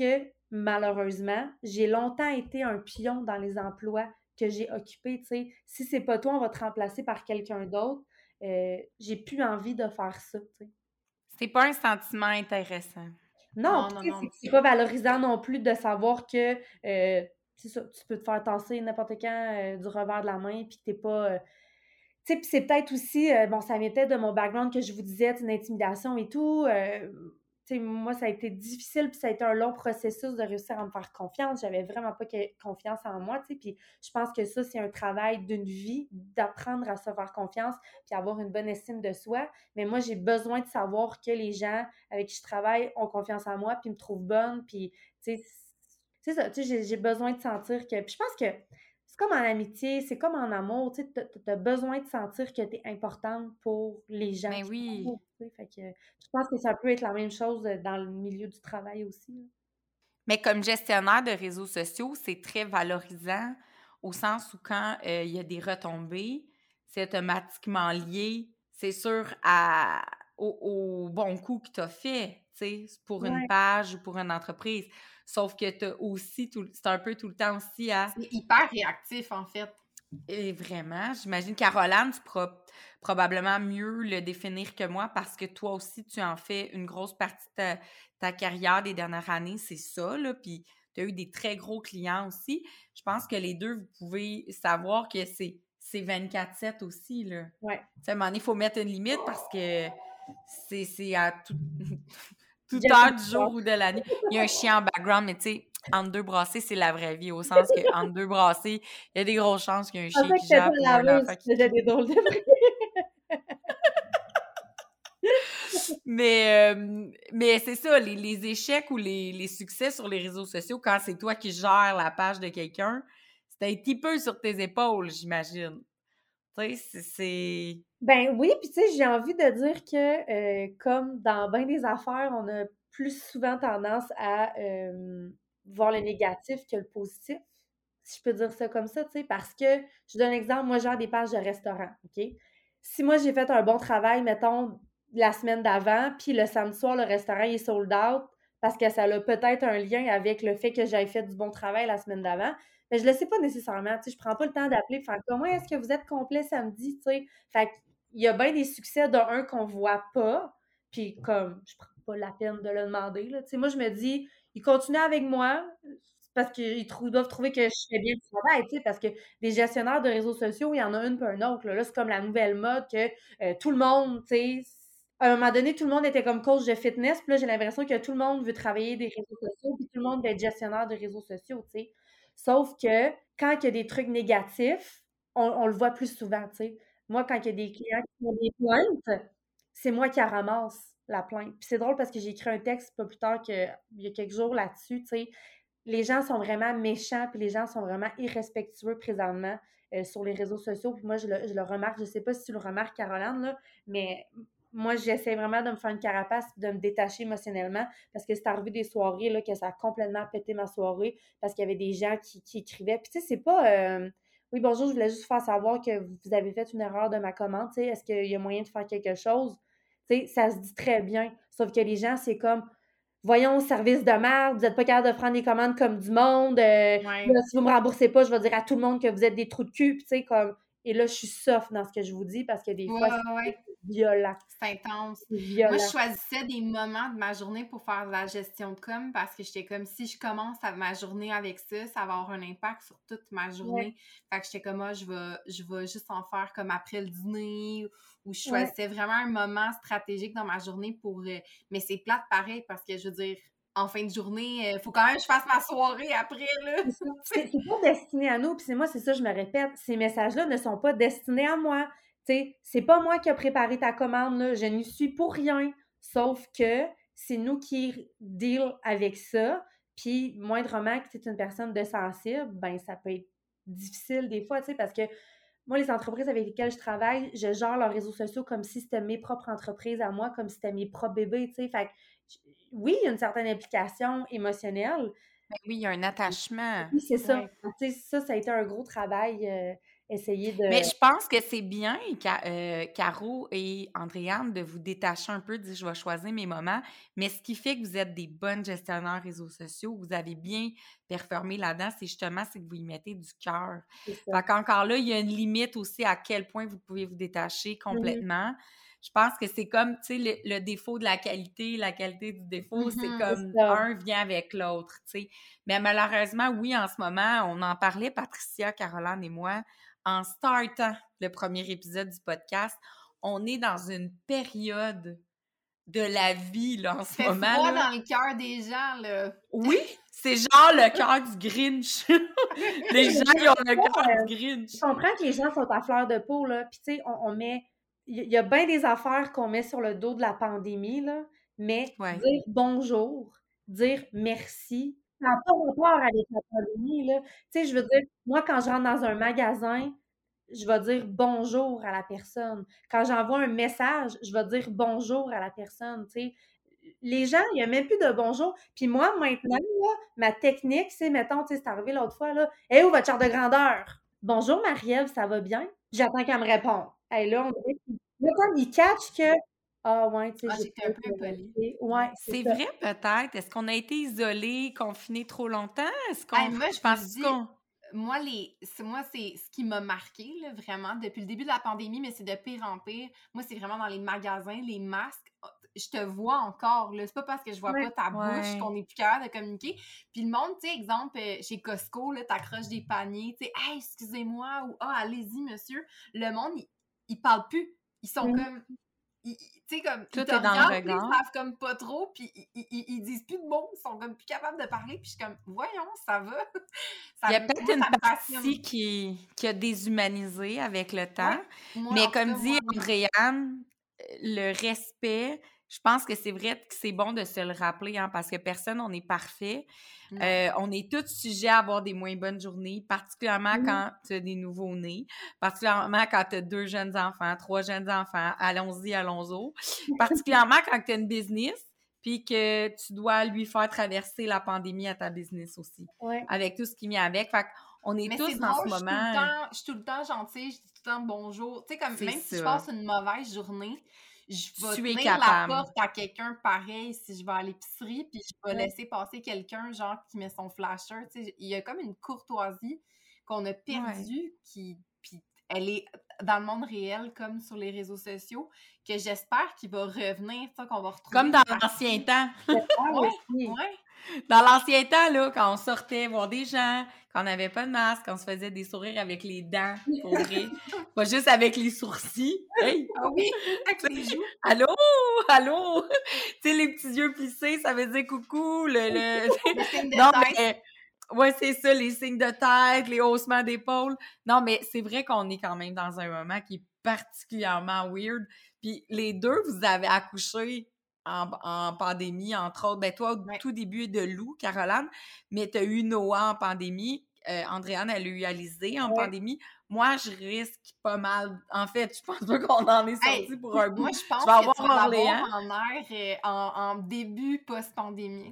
malheureusement, j'ai longtemps été un pion dans les emplois que j'ai occupés, tu sais. Si c'est pas toi, on va te remplacer par quelqu'un d'autre. J'ai plus envie de faire ça, tu sais. C'est pas un sentiment intéressant. Non, Non, puis non, tu sais, non. c'est pas valorisant non plus de savoir que, c'est ça, tu peux te faire tasser n'importe quand du revers de la main, puis que t'es pas... tu sais, puis c'est peut-être aussi, bon, ça m'était de mon background que je vous disais, une intimidation et tout. Tu sais, moi, ça a été difficile, puis ça a été un long processus de réussir à me faire confiance. J'avais vraiment pas confiance en moi, tu sais, puis je pense que ça, c'est un travail d'une vie, d'apprendre à se faire confiance, puis avoir une bonne estime de soi. Mais moi, j'ai besoin de savoir que les gens avec qui je travaille ont confiance en moi, puis me trouvent bonne, puis, tu sais, c'est ça, tu sais, j'ai besoin de sentir que... Puis je pense que c'est comme en amitié, c'est comme en amour, tu sais, t'as besoin de sentir que t'es importante pour les gens Mais qui oui. t'entourent, tu sais. Fait que je pense que ça peut être la même chose dans le milieu du travail aussi, là. Mais comme gestionnaire de réseaux sociaux, c'est très valorisant au sens où quand il y a des retombées, c'est automatiquement lié, c'est sûr, au bon coup que tu as fait, tu sais, pour une Ouais. page ou pour une entreprise. Sauf que tu as aussi, c'est un peu tout le temps aussi à... C'est hyper réactif, en fait. Et vraiment, j'imagine, Caroline, tu pourras probablement mieux le définir que moi parce que toi aussi, tu en fais une grosse partie de ta carrière des dernières années, c'est ça, là, puis tu as eu des très gros clients aussi. Je pense que les deux, vous pouvez savoir que c'est 24/7 aussi, là. Ouais. Tu sais, à un moment donné, il faut mettre une limite parce que c'est à toute heure du jour ou de l'année. Il y a un chien en background, mais tu sais, entre deux brassées, c'est la vraie vie, au sens que entre deux brassées, il y a des grosses chances qu'il y ait un Je chien pensais que qui c'était jappe ou la un laveuse enfant qui qui faisait crie. des drôles de bruits. Mais c'est ça, les échecs ou les succès sur les réseaux sociaux, quand c'est toi qui gères la page de quelqu'un, c'est un petit peu sur tes épaules, j'imagine. Tu sais, c'est... Ben oui, puis tu sais, j'ai envie de dire que comme dans bien des affaires, on a plus souvent tendance à voir le négatif que le positif, si je peux dire ça comme ça, tu sais, parce que, je donne un exemple, moi, je gère des pages de restaurants, OK? Si moi, j'ai fait un bon travail, mettons, la semaine d'avant, puis le samedi soir, le restaurant il est sold out, parce que ça a peut-être un lien avec le fait que j'avais fait du bon travail la semaine d'avant, mais je le sais pas nécessairement, tu sais, je prends pas le temps d'appeler, faire comment est-ce que vous êtes complet samedi, tu sais? Fait il y a bien des succès de un qu'on voit pas, puis comme je prends pas la peine de le demander, là. Tu sais, moi, je me dis, ils continuent avec moi parce qu'ils doivent trouver que je fais bien le travail, tu sais, parce que des gestionnaires de réseaux sociaux, il y en a une puis un autre, là. Là, c'est comme la nouvelle mode que tout le monde, tu sais, à un moment donné, tout le monde était comme coach de fitness, puis là, j'ai l'impression que tout le monde veut travailler des réseaux sociaux, puis tout le monde veut être gestionnaire de réseaux sociaux, tu sais. Sauf que quand il y a des trucs négatifs, on le voit plus souvent, tu sais. Moi, quand il y a des clients qui font des plaintes, c'est moi qui ramasse la plainte. Puis c'est drôle parce que j'ai écrit un texte pas plus tard qu'il y a quelques jours là-dessus, tu sais. Les gens sont vraiment méchants, puis les gens sont vraiment irrespectueux présentement sur les réseaux sociaux. Puis moi, je le remarque. Je sais pas si tu le remarques, Caroline, là, mais moi, j'essaie vraiment de me faire une carapace puis de me détacher émotionnellement parce que c'est arrivé des soirées là, que ça a complètement pété ma soirée parce qu'il y avait des gens qui écrivaient. Puis tu sais, c'est pas... oui, bonjour, je voulais juste faire savoir que vous avez fait une erreur de ma commande. Tu sais, est-ce qu'il y a moyen de faire quelque chose? Tu sais, ça se dit très bien. Sauf que les gens, c'est comme, voyons, service de merde, vous n'êtes pas capable de prendre des commandes comme du monde. Ouais. Là, si vous ne me remboursez pas, je vais dire à tout le monde que vous êtes des trous de cul. Puis, tu sais, comme... Et là, je suis soft dans ce que je vous dis parce que des Ouais, fois, ouais, ouais. c'est violent. C'est intense. C'est Moi, je violent. choisissais des moments de ma journée pour faire de la gestion de com parce que j'étais comme si je commence ma journée avec ça, ça va avoir un impact sur toute ma Ouais, journée. Fait que j'étais comme, je vais juste en faire comme après le dîner ou je ouais. choisissais vraiment un moment stratégique dans ma journée pour. Mais c'est plate pareil parce que je veux dire, en fin de journée, il faut quand même que je fasse ma soirée après, là. C'est ça. C'est pas destiné à nous, puis c'est ça, je me répète, ces messages-là ne sont pas destinés à moi. Tu sais, c'est pas moi qui a préparé ta commande, là, je n'y suis pour rien. Sauf que c'est nous qui deal avec ça, puis moindrement que tu es une personne de sensible, ben ça peut être difficile des fois, tu sais, parce que moi, les entreprises avec lesquelles je travaille, je gère leurs réseaux sociaux comme si c'était mes propres entreprises à moi, comme si c'était mes propres bébés, tu sais. Fait que, oui, il y a une certaine implication émotionnelle, Ben oui, il y a un attachement. oui, c'est ça. Ouais. Tu sais, ça a été un gros travail essayer Mais de... je pense que c'est bien, Caro et Andréane, de vous détacher un peu, de dire je vais choisir mes moments. Mais ce qui fait que vous êtes des bonnes gestionnaires réseaux sociaux, vous avez bien performé là-dedans, c'est que vous y mettez du cœur. C'est ça. Fait qu'encore là, il y a une limite aussi à quel point vous pouvez vous détacher complètement. Je pense que c'est comme, tu sais, le défaut de la qualité du défaut, c'est Mhm. C'est comme ça. un vient avec l'autre, tu sais. Mais malheureusement, oui, en ce moment, on en parlait, Patricia, Caroline et moi, en startant le premier épisode du podcast, on est dans une période de la vie, là, en ce Fait moment, froid là. dans le cœur des gens, là. Oui, c'est genre le cœur du Grinch. Les gens, ils ont le cœur du Grinch. Je comprends que les gens sont à fleur de peau, là. Puis, tu sais, on met... Il y a bien des affaires qu'on met sur le dos de la pandémie, là. Mais Ouais. dire bonjour, dire merci, ça n'a pas rapport avec la pandémie, là. Tu sais, je veux dire, moi, quand je rentre dans un magasin, je vais dire bonjour à la personne. Quand j'envoie un message, je vais dire bonjour à la personne, tu sais. Les gens, il n'y a même plus de bonjour. Puis moi, maintenant, là, ma technique, c'est, mettons, tu sais, c'est arrivé l'autre fois, là, « Hey, où votre charte de grandeur? » Bonjour, Marie-Ève, ça va bien? J'attends qu'elle me réponde. Hey, là, on dirait qu'il... Là, comme il catch que, ah ouais, tu sais, Ah, j'ai j'étais pas un peu été impolie. restée. Ouais, c'est C'est ça. vrai, peut-être. Est-ce qu'on a été isolés, confinés trop longtemps? Est-ce Hey, qu'on... moi, je vous le Penses-tu dis, qu'on... moi, c'est ce qui m'a marqué, là, vraiment, depuis le début de la pandémie, mais c'est de pire en pire. Moi, c'est vraiment dans les magasins, les masques. Je te vois encore, là. C'est pas parce que je vois Ouais. pas ta bouche Ouais. qu'on est plus capable de communiquer. Puis le monde, tu sais, exemple, chez Costco, là, t'accroches des paniers, tu sais, « Hey, excusez-moi » ou « Ah, allez-y, monsieur ». Le monde, ils parlent plus. Ils sont Mhm. comme... Tu sais, comme, ils Tout te est dans le regardent, puis ils regard. savent comme pas trop, puis ils disent plus de mots, ils sont comme plus capables de parler, puis je suis comme, voyons, ça va. Il y a Moi, peut-être une ça me partie passionne. qui a déshumanisé avec le temps. Ouais, moi, Mais en tout comme cas, dit moi, oui. Andréane, le respect, je pense que c'est vrai que c'est bon de se le rappeler, hein, parce que personne, on est parfait. Non. On est tous sujets à avoir des moins bonnes journées, particulièrement Mhm. quand tu as des nouveaux-nés, particulièrement quand tu as 2 jeunes enfants, 3 jeunes enfants, allons-y, allons-y, particulièrement quand tu as une business, puis que tu dois lui faire traverser la pandémie à ta business aussi, Ouais. avec tout ce qui vient avec. Fait qu'on est Mais tous c'est en ce drôle, moment... je suis tout le temps gentille, je dis tout le temps bonjour. Tu sais, comme, C'est même si je ça. passe une mauvaise journée, je vais Tu es tenir la capable. porte à quelqu'un pareil si je vais à l'épicerie, puis je vais Ouais. laisser passer quelqu'un, genre, qui met son flasher. Tu sais, il y a comme une courtoisie qu'on a perdue, puis elle est dans le monde réel comme sur les réseaux sociaux, que j'espère qu'il va revenir, ça, qu'on va retrouver. Comme dans l'ancien temps. Ah, Ouais, aussi. ouais. Dans l'ancien temps, là, quand on sortait voir des gens, quand on n'avait pas de masque, quand on se faisait des sourires avec les dents, pour vrai. Pas juste avec les sourcils. Hey! Ah oui, avec les joues. Allô? Allô? Tu sais, les petits yeux plissés, ça veut dire coucou. Le signe de Non, tête. mais... Ouais, c'est ça, les signes de tête, les haussements d'épaules. Non, mais c'est vrai qu'on est quand même dans un moment qui est particulièrement weird. Puis les deux, vous avez accouché en pandémie, entre autres. Ben toi, au Ouais. tout début de Lou, Caroline, mais tu as eu Noah en pandémie. Andréane, elle a eu Alizé en Ouais. pandémie. Moi, je risque pas mal. En fait, je pense pas qu'on en est sorti Hey, pour un bout. moi, je pense Je vais que tu vas avoir l'avoir Orléans. en air en début post-pandémique.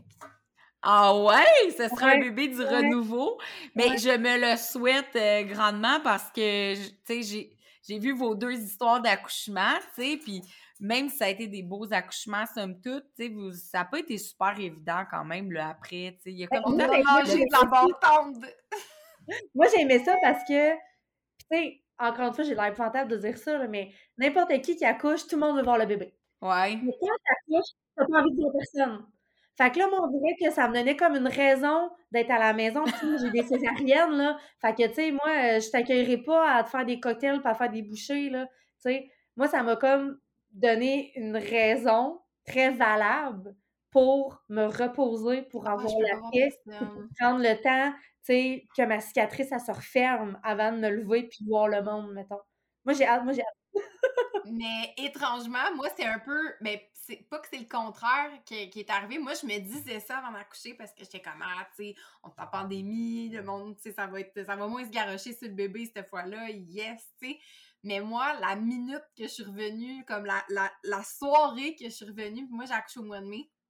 Ah ouais, ce sera un Ouais. bébé du Ouais. renouveau. Mais Ouais. je me le souhaite grandement parce que, tu sais, j'ai vu vos 2 histoires d'accouchement, tu sais, puis même si ça a été des beaux accouchements, somme toute, tu sais, ça n'a pas été super évident quand même, là, après, tu sais. Il y a comme On Moi, a ben, mangé de la bâtande. moi, j'ai aimé ça parce que, tu sais, encore une fois, j'ai l'air épouvantable de dire ça, là, mais n'importe qui accouche, tout le monde veut voir le bébé. Ouais. Mais quand t'accouches, t'as pas envie de voir personne. Fait que là, moi, on dirait que ça me donnait comme une raison d'être à la maison. Puis moi, j'ai des césariennes, là. Fait que, tu sais, moi, je t'accueillerai pas à te faire des cocktails, pas à faire des bouchées, là. Tu sais, moi, ça m'a comme donné une raison très valable pour me reposer, pour Ah, avoir je peux la pas voir paix, pour personne. prendre le temps, tu sais, que ma cicatrice, elle se referme avant de me lever puis de voir le monde, mettons. Moi, j'ai hâte, moi, j'ai hâte. Mais étrangement, moi, c'est un peu. Ben, c'est pas que c'est le contraire qui est arrivé. Moi, je me disais ça avant d'accoucher parce que j'étais comme, ah, tu sais, on est en pandémie, le monde, tu sais, ça va moins se garrocher sur le bébé cette fois-là, yes, tu sais. Mais moi, la minute que je suis revenue, comme la soirée que je suis revenue, puis moi, j'ai accouché au mois de mai,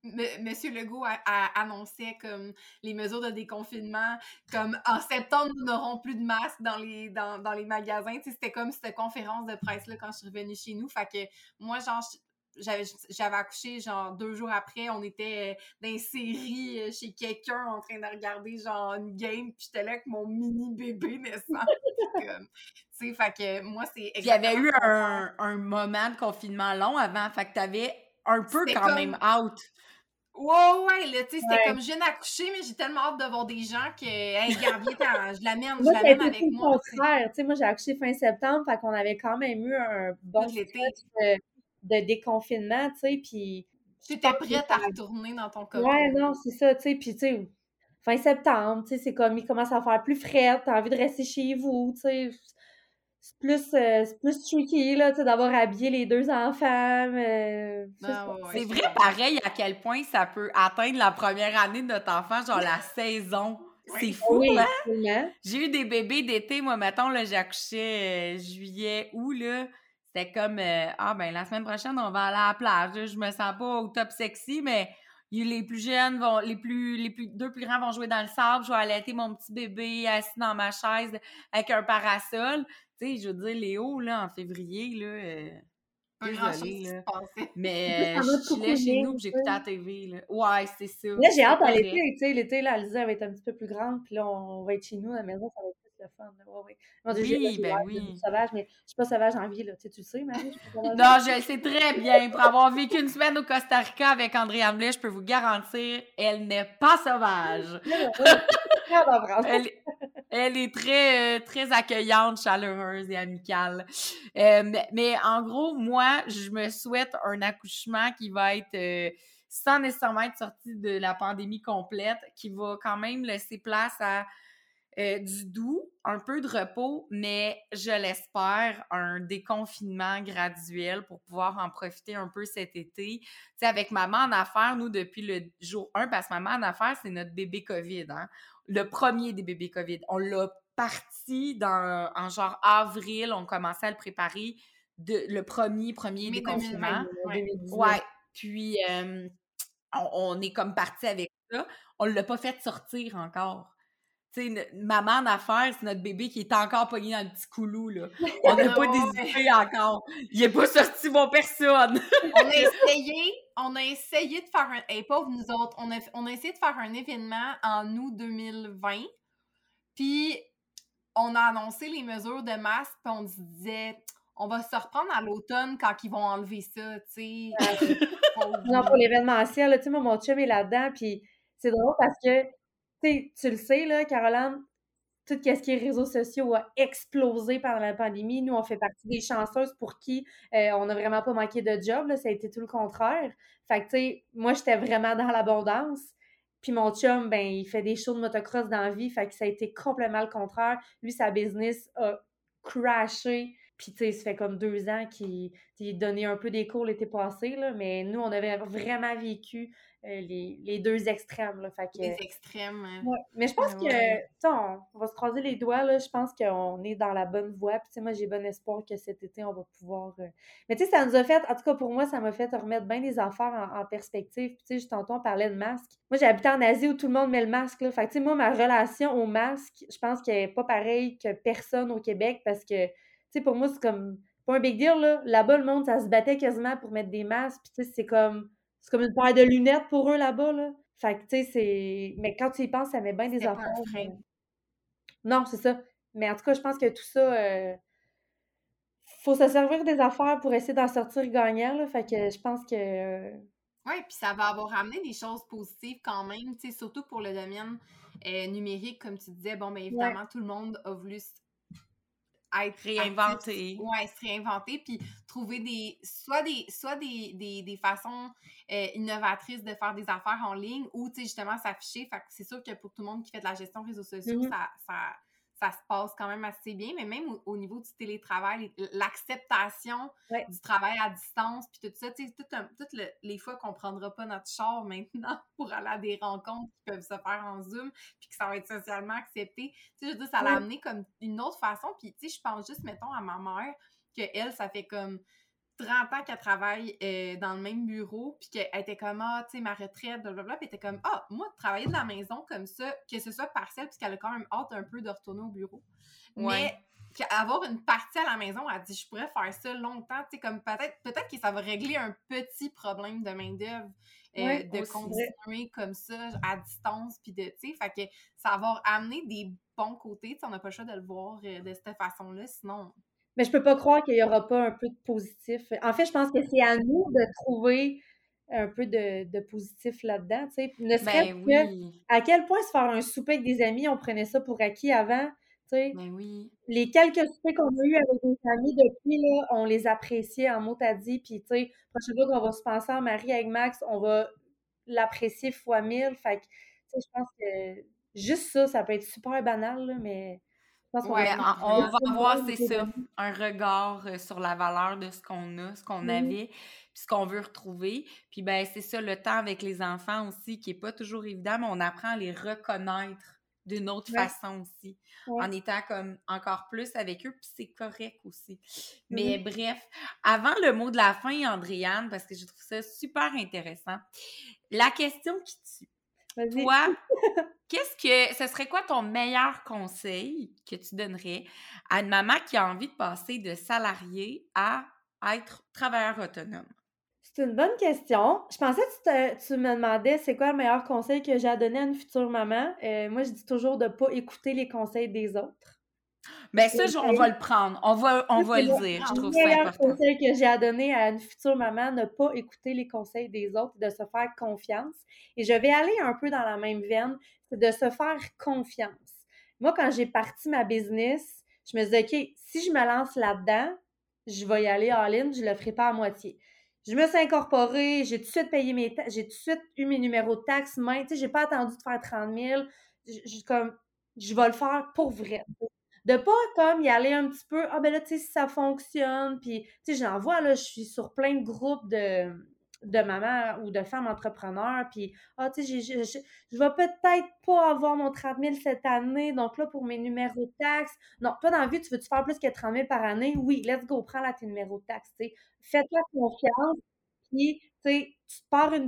Monsieur Legault annonçait comme les mesures de déconfinement, comme en septembre, nous n'aurons plus de masques dans les magasins. Tu sais, c'était comme cette conférence de presse-là quand je suis revenue chez nous. Fait que moi, genre, j'avais accouché, genre, 2 jours après, on était dans une série chez quelqu'un en train de regarder, genre, une game, puis j'étais là avec mon mini-bébé naissant. Puis comme, tu sais, fait que moi, c'est Puis il y avait eu un moment de confinement long avant, fait que t'avais un peu quand même out. Ouais, là, tu sais, c'était Ouais. comme je viens d'accoucher, mais j'ai tellement hâte de voir des gens que, hey, Garbier, je l'amène Moi, ça a été avec tout le moi. contraire. Tu sais, moi, j'ai accouché fin septembre, fait qu'on avait quand même eu un bon Tout l'été. stretch de déconfinement, tu sais, puis... T'étais prête à retourner dans ton cocon. Ouais, non, c'est ça, tu sais, puis tu sais, fin septembre, tu sais, c'est comme, il commence à faire plus frais, t'as envie de rester chez vous, tu sais, c'est plus tricky, là, tu sais, d'avoir habillé les 2 enfants, c'est vrai, pareil, à quel point ça peut atteindre la première année de notre enfant, genre la saison. C'est fou, oui, hein? absolument. J'ai eu des bébés d'été, moi, mettons, là, j'ai accouché juillet, août, là. C'était comme, ben, la semaine prochaine, on va aller à la plage. Là. Je me sens pas au top sexy, mais les plus jeunes vont, deux plus grands vont jouer dans le sable. Je vais allaiter mon petit bébé assis dans ma chaise avec un parasol. Tu sais, je veux dire, Léo, là, en février, là, Pas désolée, là. passait. Mais je chillais chez nous, puis j'écoutais la TV, là. Ouais, c'est ça. Là, j'ai hâte à correct. l'été, tu sais, l'été, là, Alizée va être un petit peu plus grande, puis là, on va être chez nous à la maison, ça va être plus le fun, là. Ouais, ouais. Mon Dieu, Oui, j'ai ben l'air oui. de sauvage, mais je suis pas sauvage en vie, là, tu sais, tu le sais, Marie, je suis pas sauvage. Non, je le sais très bien. Pour avoir vécu une semaine au Costa Rica avec Andréane Blais, je peux vous garantir, elle n'est pas sauvage. Elle est très, très accueillante, chaleureuse et amicale. Mais en gros, moi, je me souhaite un accouchement qui va être sans nécessairement être sorti de la pandémie complète, qui va quand même laisser place à du doux, un peu de repos, mais je l'espère, un déconfinement graduel pour pouvoir en profiter un peu cet été. Tu sais, avec Maman en affaires, nous, depuis le jour 1, parce que Maman en affaires, c'est notre bébé COVID, hein? Le premier des bébés COVID. On l'a parti en genre avril, on commençait à le préparer le premier déconfinement. 2019. Ouais, puis on est comme parti avec ça. On l'a pas fait sortir encore. Tu sais, Maman en affaires, c'est notre bébé qui est encore pogné dans le petit coulou, là. On n'a pas désiré encore. Il est pas sorti pour personne. On a essayé de faire pauvre nous autres, on a essayé de faire un événement en août 2020, puis on a annoncé les mesures de masque, puis on se disait, on va se reprendre à l'automne quand ils vont enlever ça, tu sais. Non, pour l'événementiel, là, tu sais, moi, mon chum est là-dedans, puis c'est drôle parce que, tu le sais, là, Caroline, tout ce qui est réseaux sociaux a explosé pendant la pandémie. Nous, on fait partie des chanceuses pour qui on n'a vraiment pas manqué de job, là, ça a été tout le contraire. Fait que, tu sais, moi, j'étais vraiment dans l'abondance. Puis mon chum, ben, il fait des shows de motocross dans la vie, fait que ça a été complètement le contraire. Lui, sa business a crashé. Puis, tu sais, ça fait comme 2 ans qu'il donnait un peu des cours l'été passé, là, mais nous, on avait vraiment vécu les 2 extrêmes, là, fait que... Les extrêmes. Ouais. Mais je pense que, tu sais, on va se croiser les doigts, là, je pense qu'on est dans la bonne voie, puis tu sais, moi, j'ai bon espoir que cet été, on va pouvoir... Mais tu sais, ça nous a fait, en tout cas pour moi, ça m'a fait remettre bien les affaires en perspective, puis tu sais, juste tantôt, on parlait de masque. Moi, j'ai habité en Asie où tout le monde met le masque, là, fait que tu sais, moi, ma relation au masque, je pense qu'elle est pas pareille que personne au Québec, parce que, tu sais, pour moi, c'est comme, pas un big deal, là. Là-bas, le monde, ça se battait quasiment pour mettre des masques, puis tu sais, c'est comme une paire de lunettes pour eux là-bas, là. Fait que, tu sais, c'est... Mais quand tu y penses, ça met bien des affaires. Non, c'est ça. Mais en tout cas, je pense que tout ça, faut se servir des affaires pour essayer d'en sortir gagnant, là. Fait que je pense que... Oui, puis ça va avoir amené des choses positives quand même, tu sais, surtout pour le domaine numérique, comme tu disais. Bon, bien évidemment, tout le monde a voulu être réinventé. Se réinventer, puis trouver soit des façons innovatrices de faire des affaires en ligne ou, tu sais, justement, s'afficher. Fait que c'est sûr que pour tout le monde qui fait de la gestion réseaux sociaux, ça se passe quand même assez bien, mais même au niveau du télétravail, l'acceptation du travail à distance, puis tout ça, tu sais, toutes les fois qu'on prendra pas notre char maintenant pour aller à des rencontres qui peuvent se faire en Zoom, puis que ça va être socialement accepté, tu sais, je veux dire, ça l'a amené comme une autre façon, puis tu sais, je pense juste, mettons, à ma mère, que elle, ça fait comme 30 ans qu'elle travaille dans le même bureau, puis qu'elle était comme, ah, tu sais, ma retraite, blablabla, puis elle était comme, ah, moi, travailler de la maison comme ça, que ce soit partiel, puis qu'elle a quand même hâte un peu de retourner au bureau. Ouais. Mais avoir une partie à la maison, elle dit, je pourrais faire ça longtemps, tu sais, comme peut-être que ça va régler un petit problème de main-d'œuvre, de aussi. continuer comme ça, à distance, puis de, tu sais, fait que ça va amener des bons côtés, tu sais, on n'a pas le choix de le voir de cette façon-là, sinon... Mais je peux pas croire qu'il y aura pas un peu de positif. En fait, je pense que c'est à nous de trouver un peu de positif là-dedans, tu sais. Ne serait-ce Ben que oui. à quel point se faire un souper avec des amis, on prenait ça pour acquis avant, tu sais. Ben oui. Les quelques soupers qu'on a eus avec des amis depuis, là, on les appréciait en mot à dit, puis tu sais, prochaine fois qu'on va se penser en mari avec Max, on va l'apprécier fois 1000. Fait que, tu sais, je pense que juste ça, ça peut être super banal, là, mais je pense qu'on Ouais, va non, On vraiment. va avoir, avec c'est les ça, amis. un regard sur la valeur de ce qu'on a, ce qu'on avait, puis ce qu'on veut retrouver. Puis ben c'est ça, le temps avec les enfants aussi, qui est pas toujours évident, mais on apprend à les reconnaître d'une autre Ouais. façon aussi, Ouais. en étant comme encore plus avec eux, puis c'est correct aussi. Mhm. Mais bref, avant le mot de la fin, Andréane, parce que je trouve ça super intéressant, la question qui tue. Vas-y. Toi, ce serait quoi ton meilleur conseil que tu donnerais à une maman qui a envie de passer de salarié à être travailleur autonome? C'est une bonne question. Je pensais que tu me demandais c'est quoi le meilleur conseil que j'ai à donner à une future maman. Moi, je dis toujours de ne pas écouter les conseils des autres. Ben ça, on va le prendre. On va C'est le dire. Je le trouve ça meilleur important. conseil que j'ai à donner à une future maman, ne pas écouter les conseils des autres, de se faire confiance. Et je vais aller un peu dans la même veine, c'est de se faire confiance. Moi, quand j'ai parti ma business, je me disais, OK, si je me lance là-dedans, je vais y aller all-in, je ne le ferai pas à moitié. Je me suis incorporée, j'ai tout de suite payé j'ai tout de suite eu mes numéros de taxes, tu sais, j'ai pas attendu de faire 30 000. Je vais le faire pour vrai. De pas comme y aller un petit peu, ah ben là, tu sais, si ça fonctionne, puis, tu sais, j'en vois, là, je suis sur plein de groupes de mamans ou de femmes entrepreneurs, puis, ah, tu sais, je vais peut-être pas avoir mon 30 000 cette année, donc là, pour mes numéros de taxes, non, toi, dans la vie, tu veux-tu faire plus que 30 000 par année? Oui, let's go, prends là tes numéros de taxes, tu sais. Fais-toi confiance, puis, tu sais, tu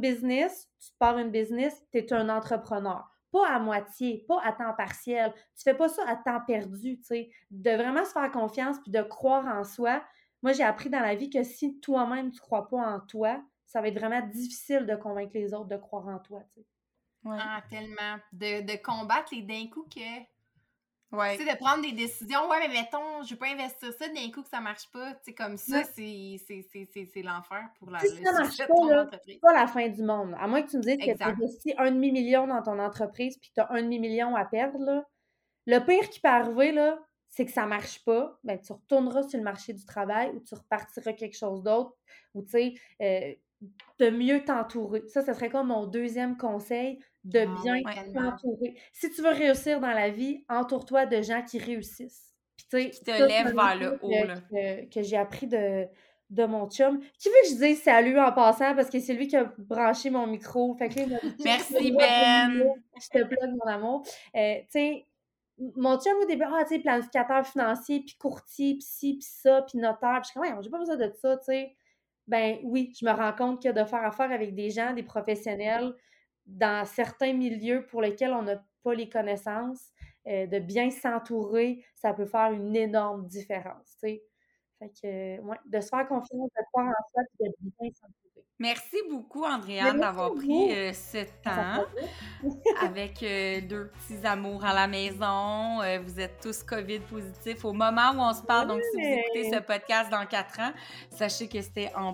pars une business, tu es un entrepreneur. Pas à moitié, pas à temps partiel. Tu fais pas ça à temps perdu, tu sais. De vraiment se faire confiance puis de croire en soi. Moi, j'ai appris dans la vie que si toi-même tu crois pas en toi, ça va être vraiment difficile de convaincre les autres de croire en toi, tu sais. Ouais. Ah, tellement. De combattre les d'un coup que... Ouais. Tu sais, de prendre des décisions. Ouais, mais mettons, je veux pas investir ça d'un coup que ça marche pas. Tu sais, comme ça, Ouais. c'est l'enfer pour Si ça marche succès de pas, ton là, entreprise. c'est pas la fin du monde. À moins que tu me dises que tu Exact. investis 1,5 million dans ton entreprise puis que tu as 1,5 million à perdre, là. Le pire qui peut arriver, là, c'est que ça marche pas. Ben, tu retourneras sur le marché du travail ou tu repartiras quelque chose d'autre ou, tu sais, de mieux t'entourer. Ça serait comme mon deuxième conseil, de bien ouais, tellement. t'entourer. Si tu veux réussir dans la vie, entoure-toi de gens qui réussissent. Puis, tu sais, Qui te ça, c'est lève un vers truc le haut, là. que j'ai appris de mon chum. Qui veut que je dise salut en passant parce que c'est lui qui a branché mon micro. Fait que là, il m'a dit, Merci, Ben! je te plug, mon amour. Tu sais, mon chum, au début, tu sais, planificateur financier, puis courtier, puis ci, puis ça, puis notaire. Puis je suis comme, ouais, j'ai pas besoin de ça, tu sais. Ben oui, je me rends compte que de faire affaire avec des gens, des professionnels, dans certains milieux pour lesquels on n'a pas les connaissances, de bien s'entourer, ça peut faire une énorme différence, tu sais. Fait que, ouais, de se faire confiance, de croire en soi, puis de bien s'entourer. Merci beaucoup, Mais Andréane, merci d'avoir à pris vous. ce Ça temps fait plaisir. avec deux petits amours à la maison. Vous êtes tous COVID positifs au moment où on se parle. Donc, si vous écoutez ce podcast dans 4 ans, sachez que c'était en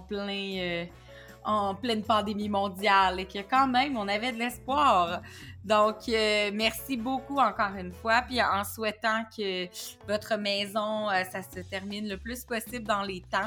pleine pandémie mondiale et que quand même, on avait de l'espoir. Donc, merci beaucoup encore une fois. Puis en souhaitant que votre maison, ça se termine le plus possible dans les temps.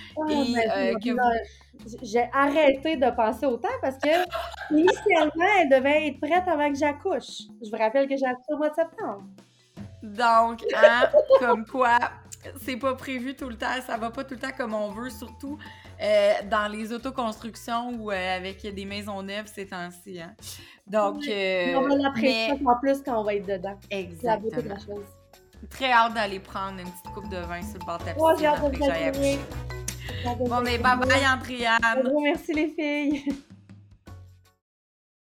J'ai arrêté de penser au temps parce que initialement, elle devait être prête avant que j'accouche. Je vous rappelle que j'ai accouché au mois de septembre. Donc, comme quoi, c'est pas prévu tout le temps, ça va pas tout le temps comme on veut, surtout dans les autoconstructions ou avec des maisons neuves ces temps-ci. Hein. Donc, on va l'apprécier en plus quand on va être dedans. Exactement. C'est la beauté de la chose. Très hâte d'aller prendre une petite coupe de vin sur le bord de la piscine. Oh, j'ai hâte de après que j'aille accoucher. Bon, mais bye-bye, Andréane! Merci les filles!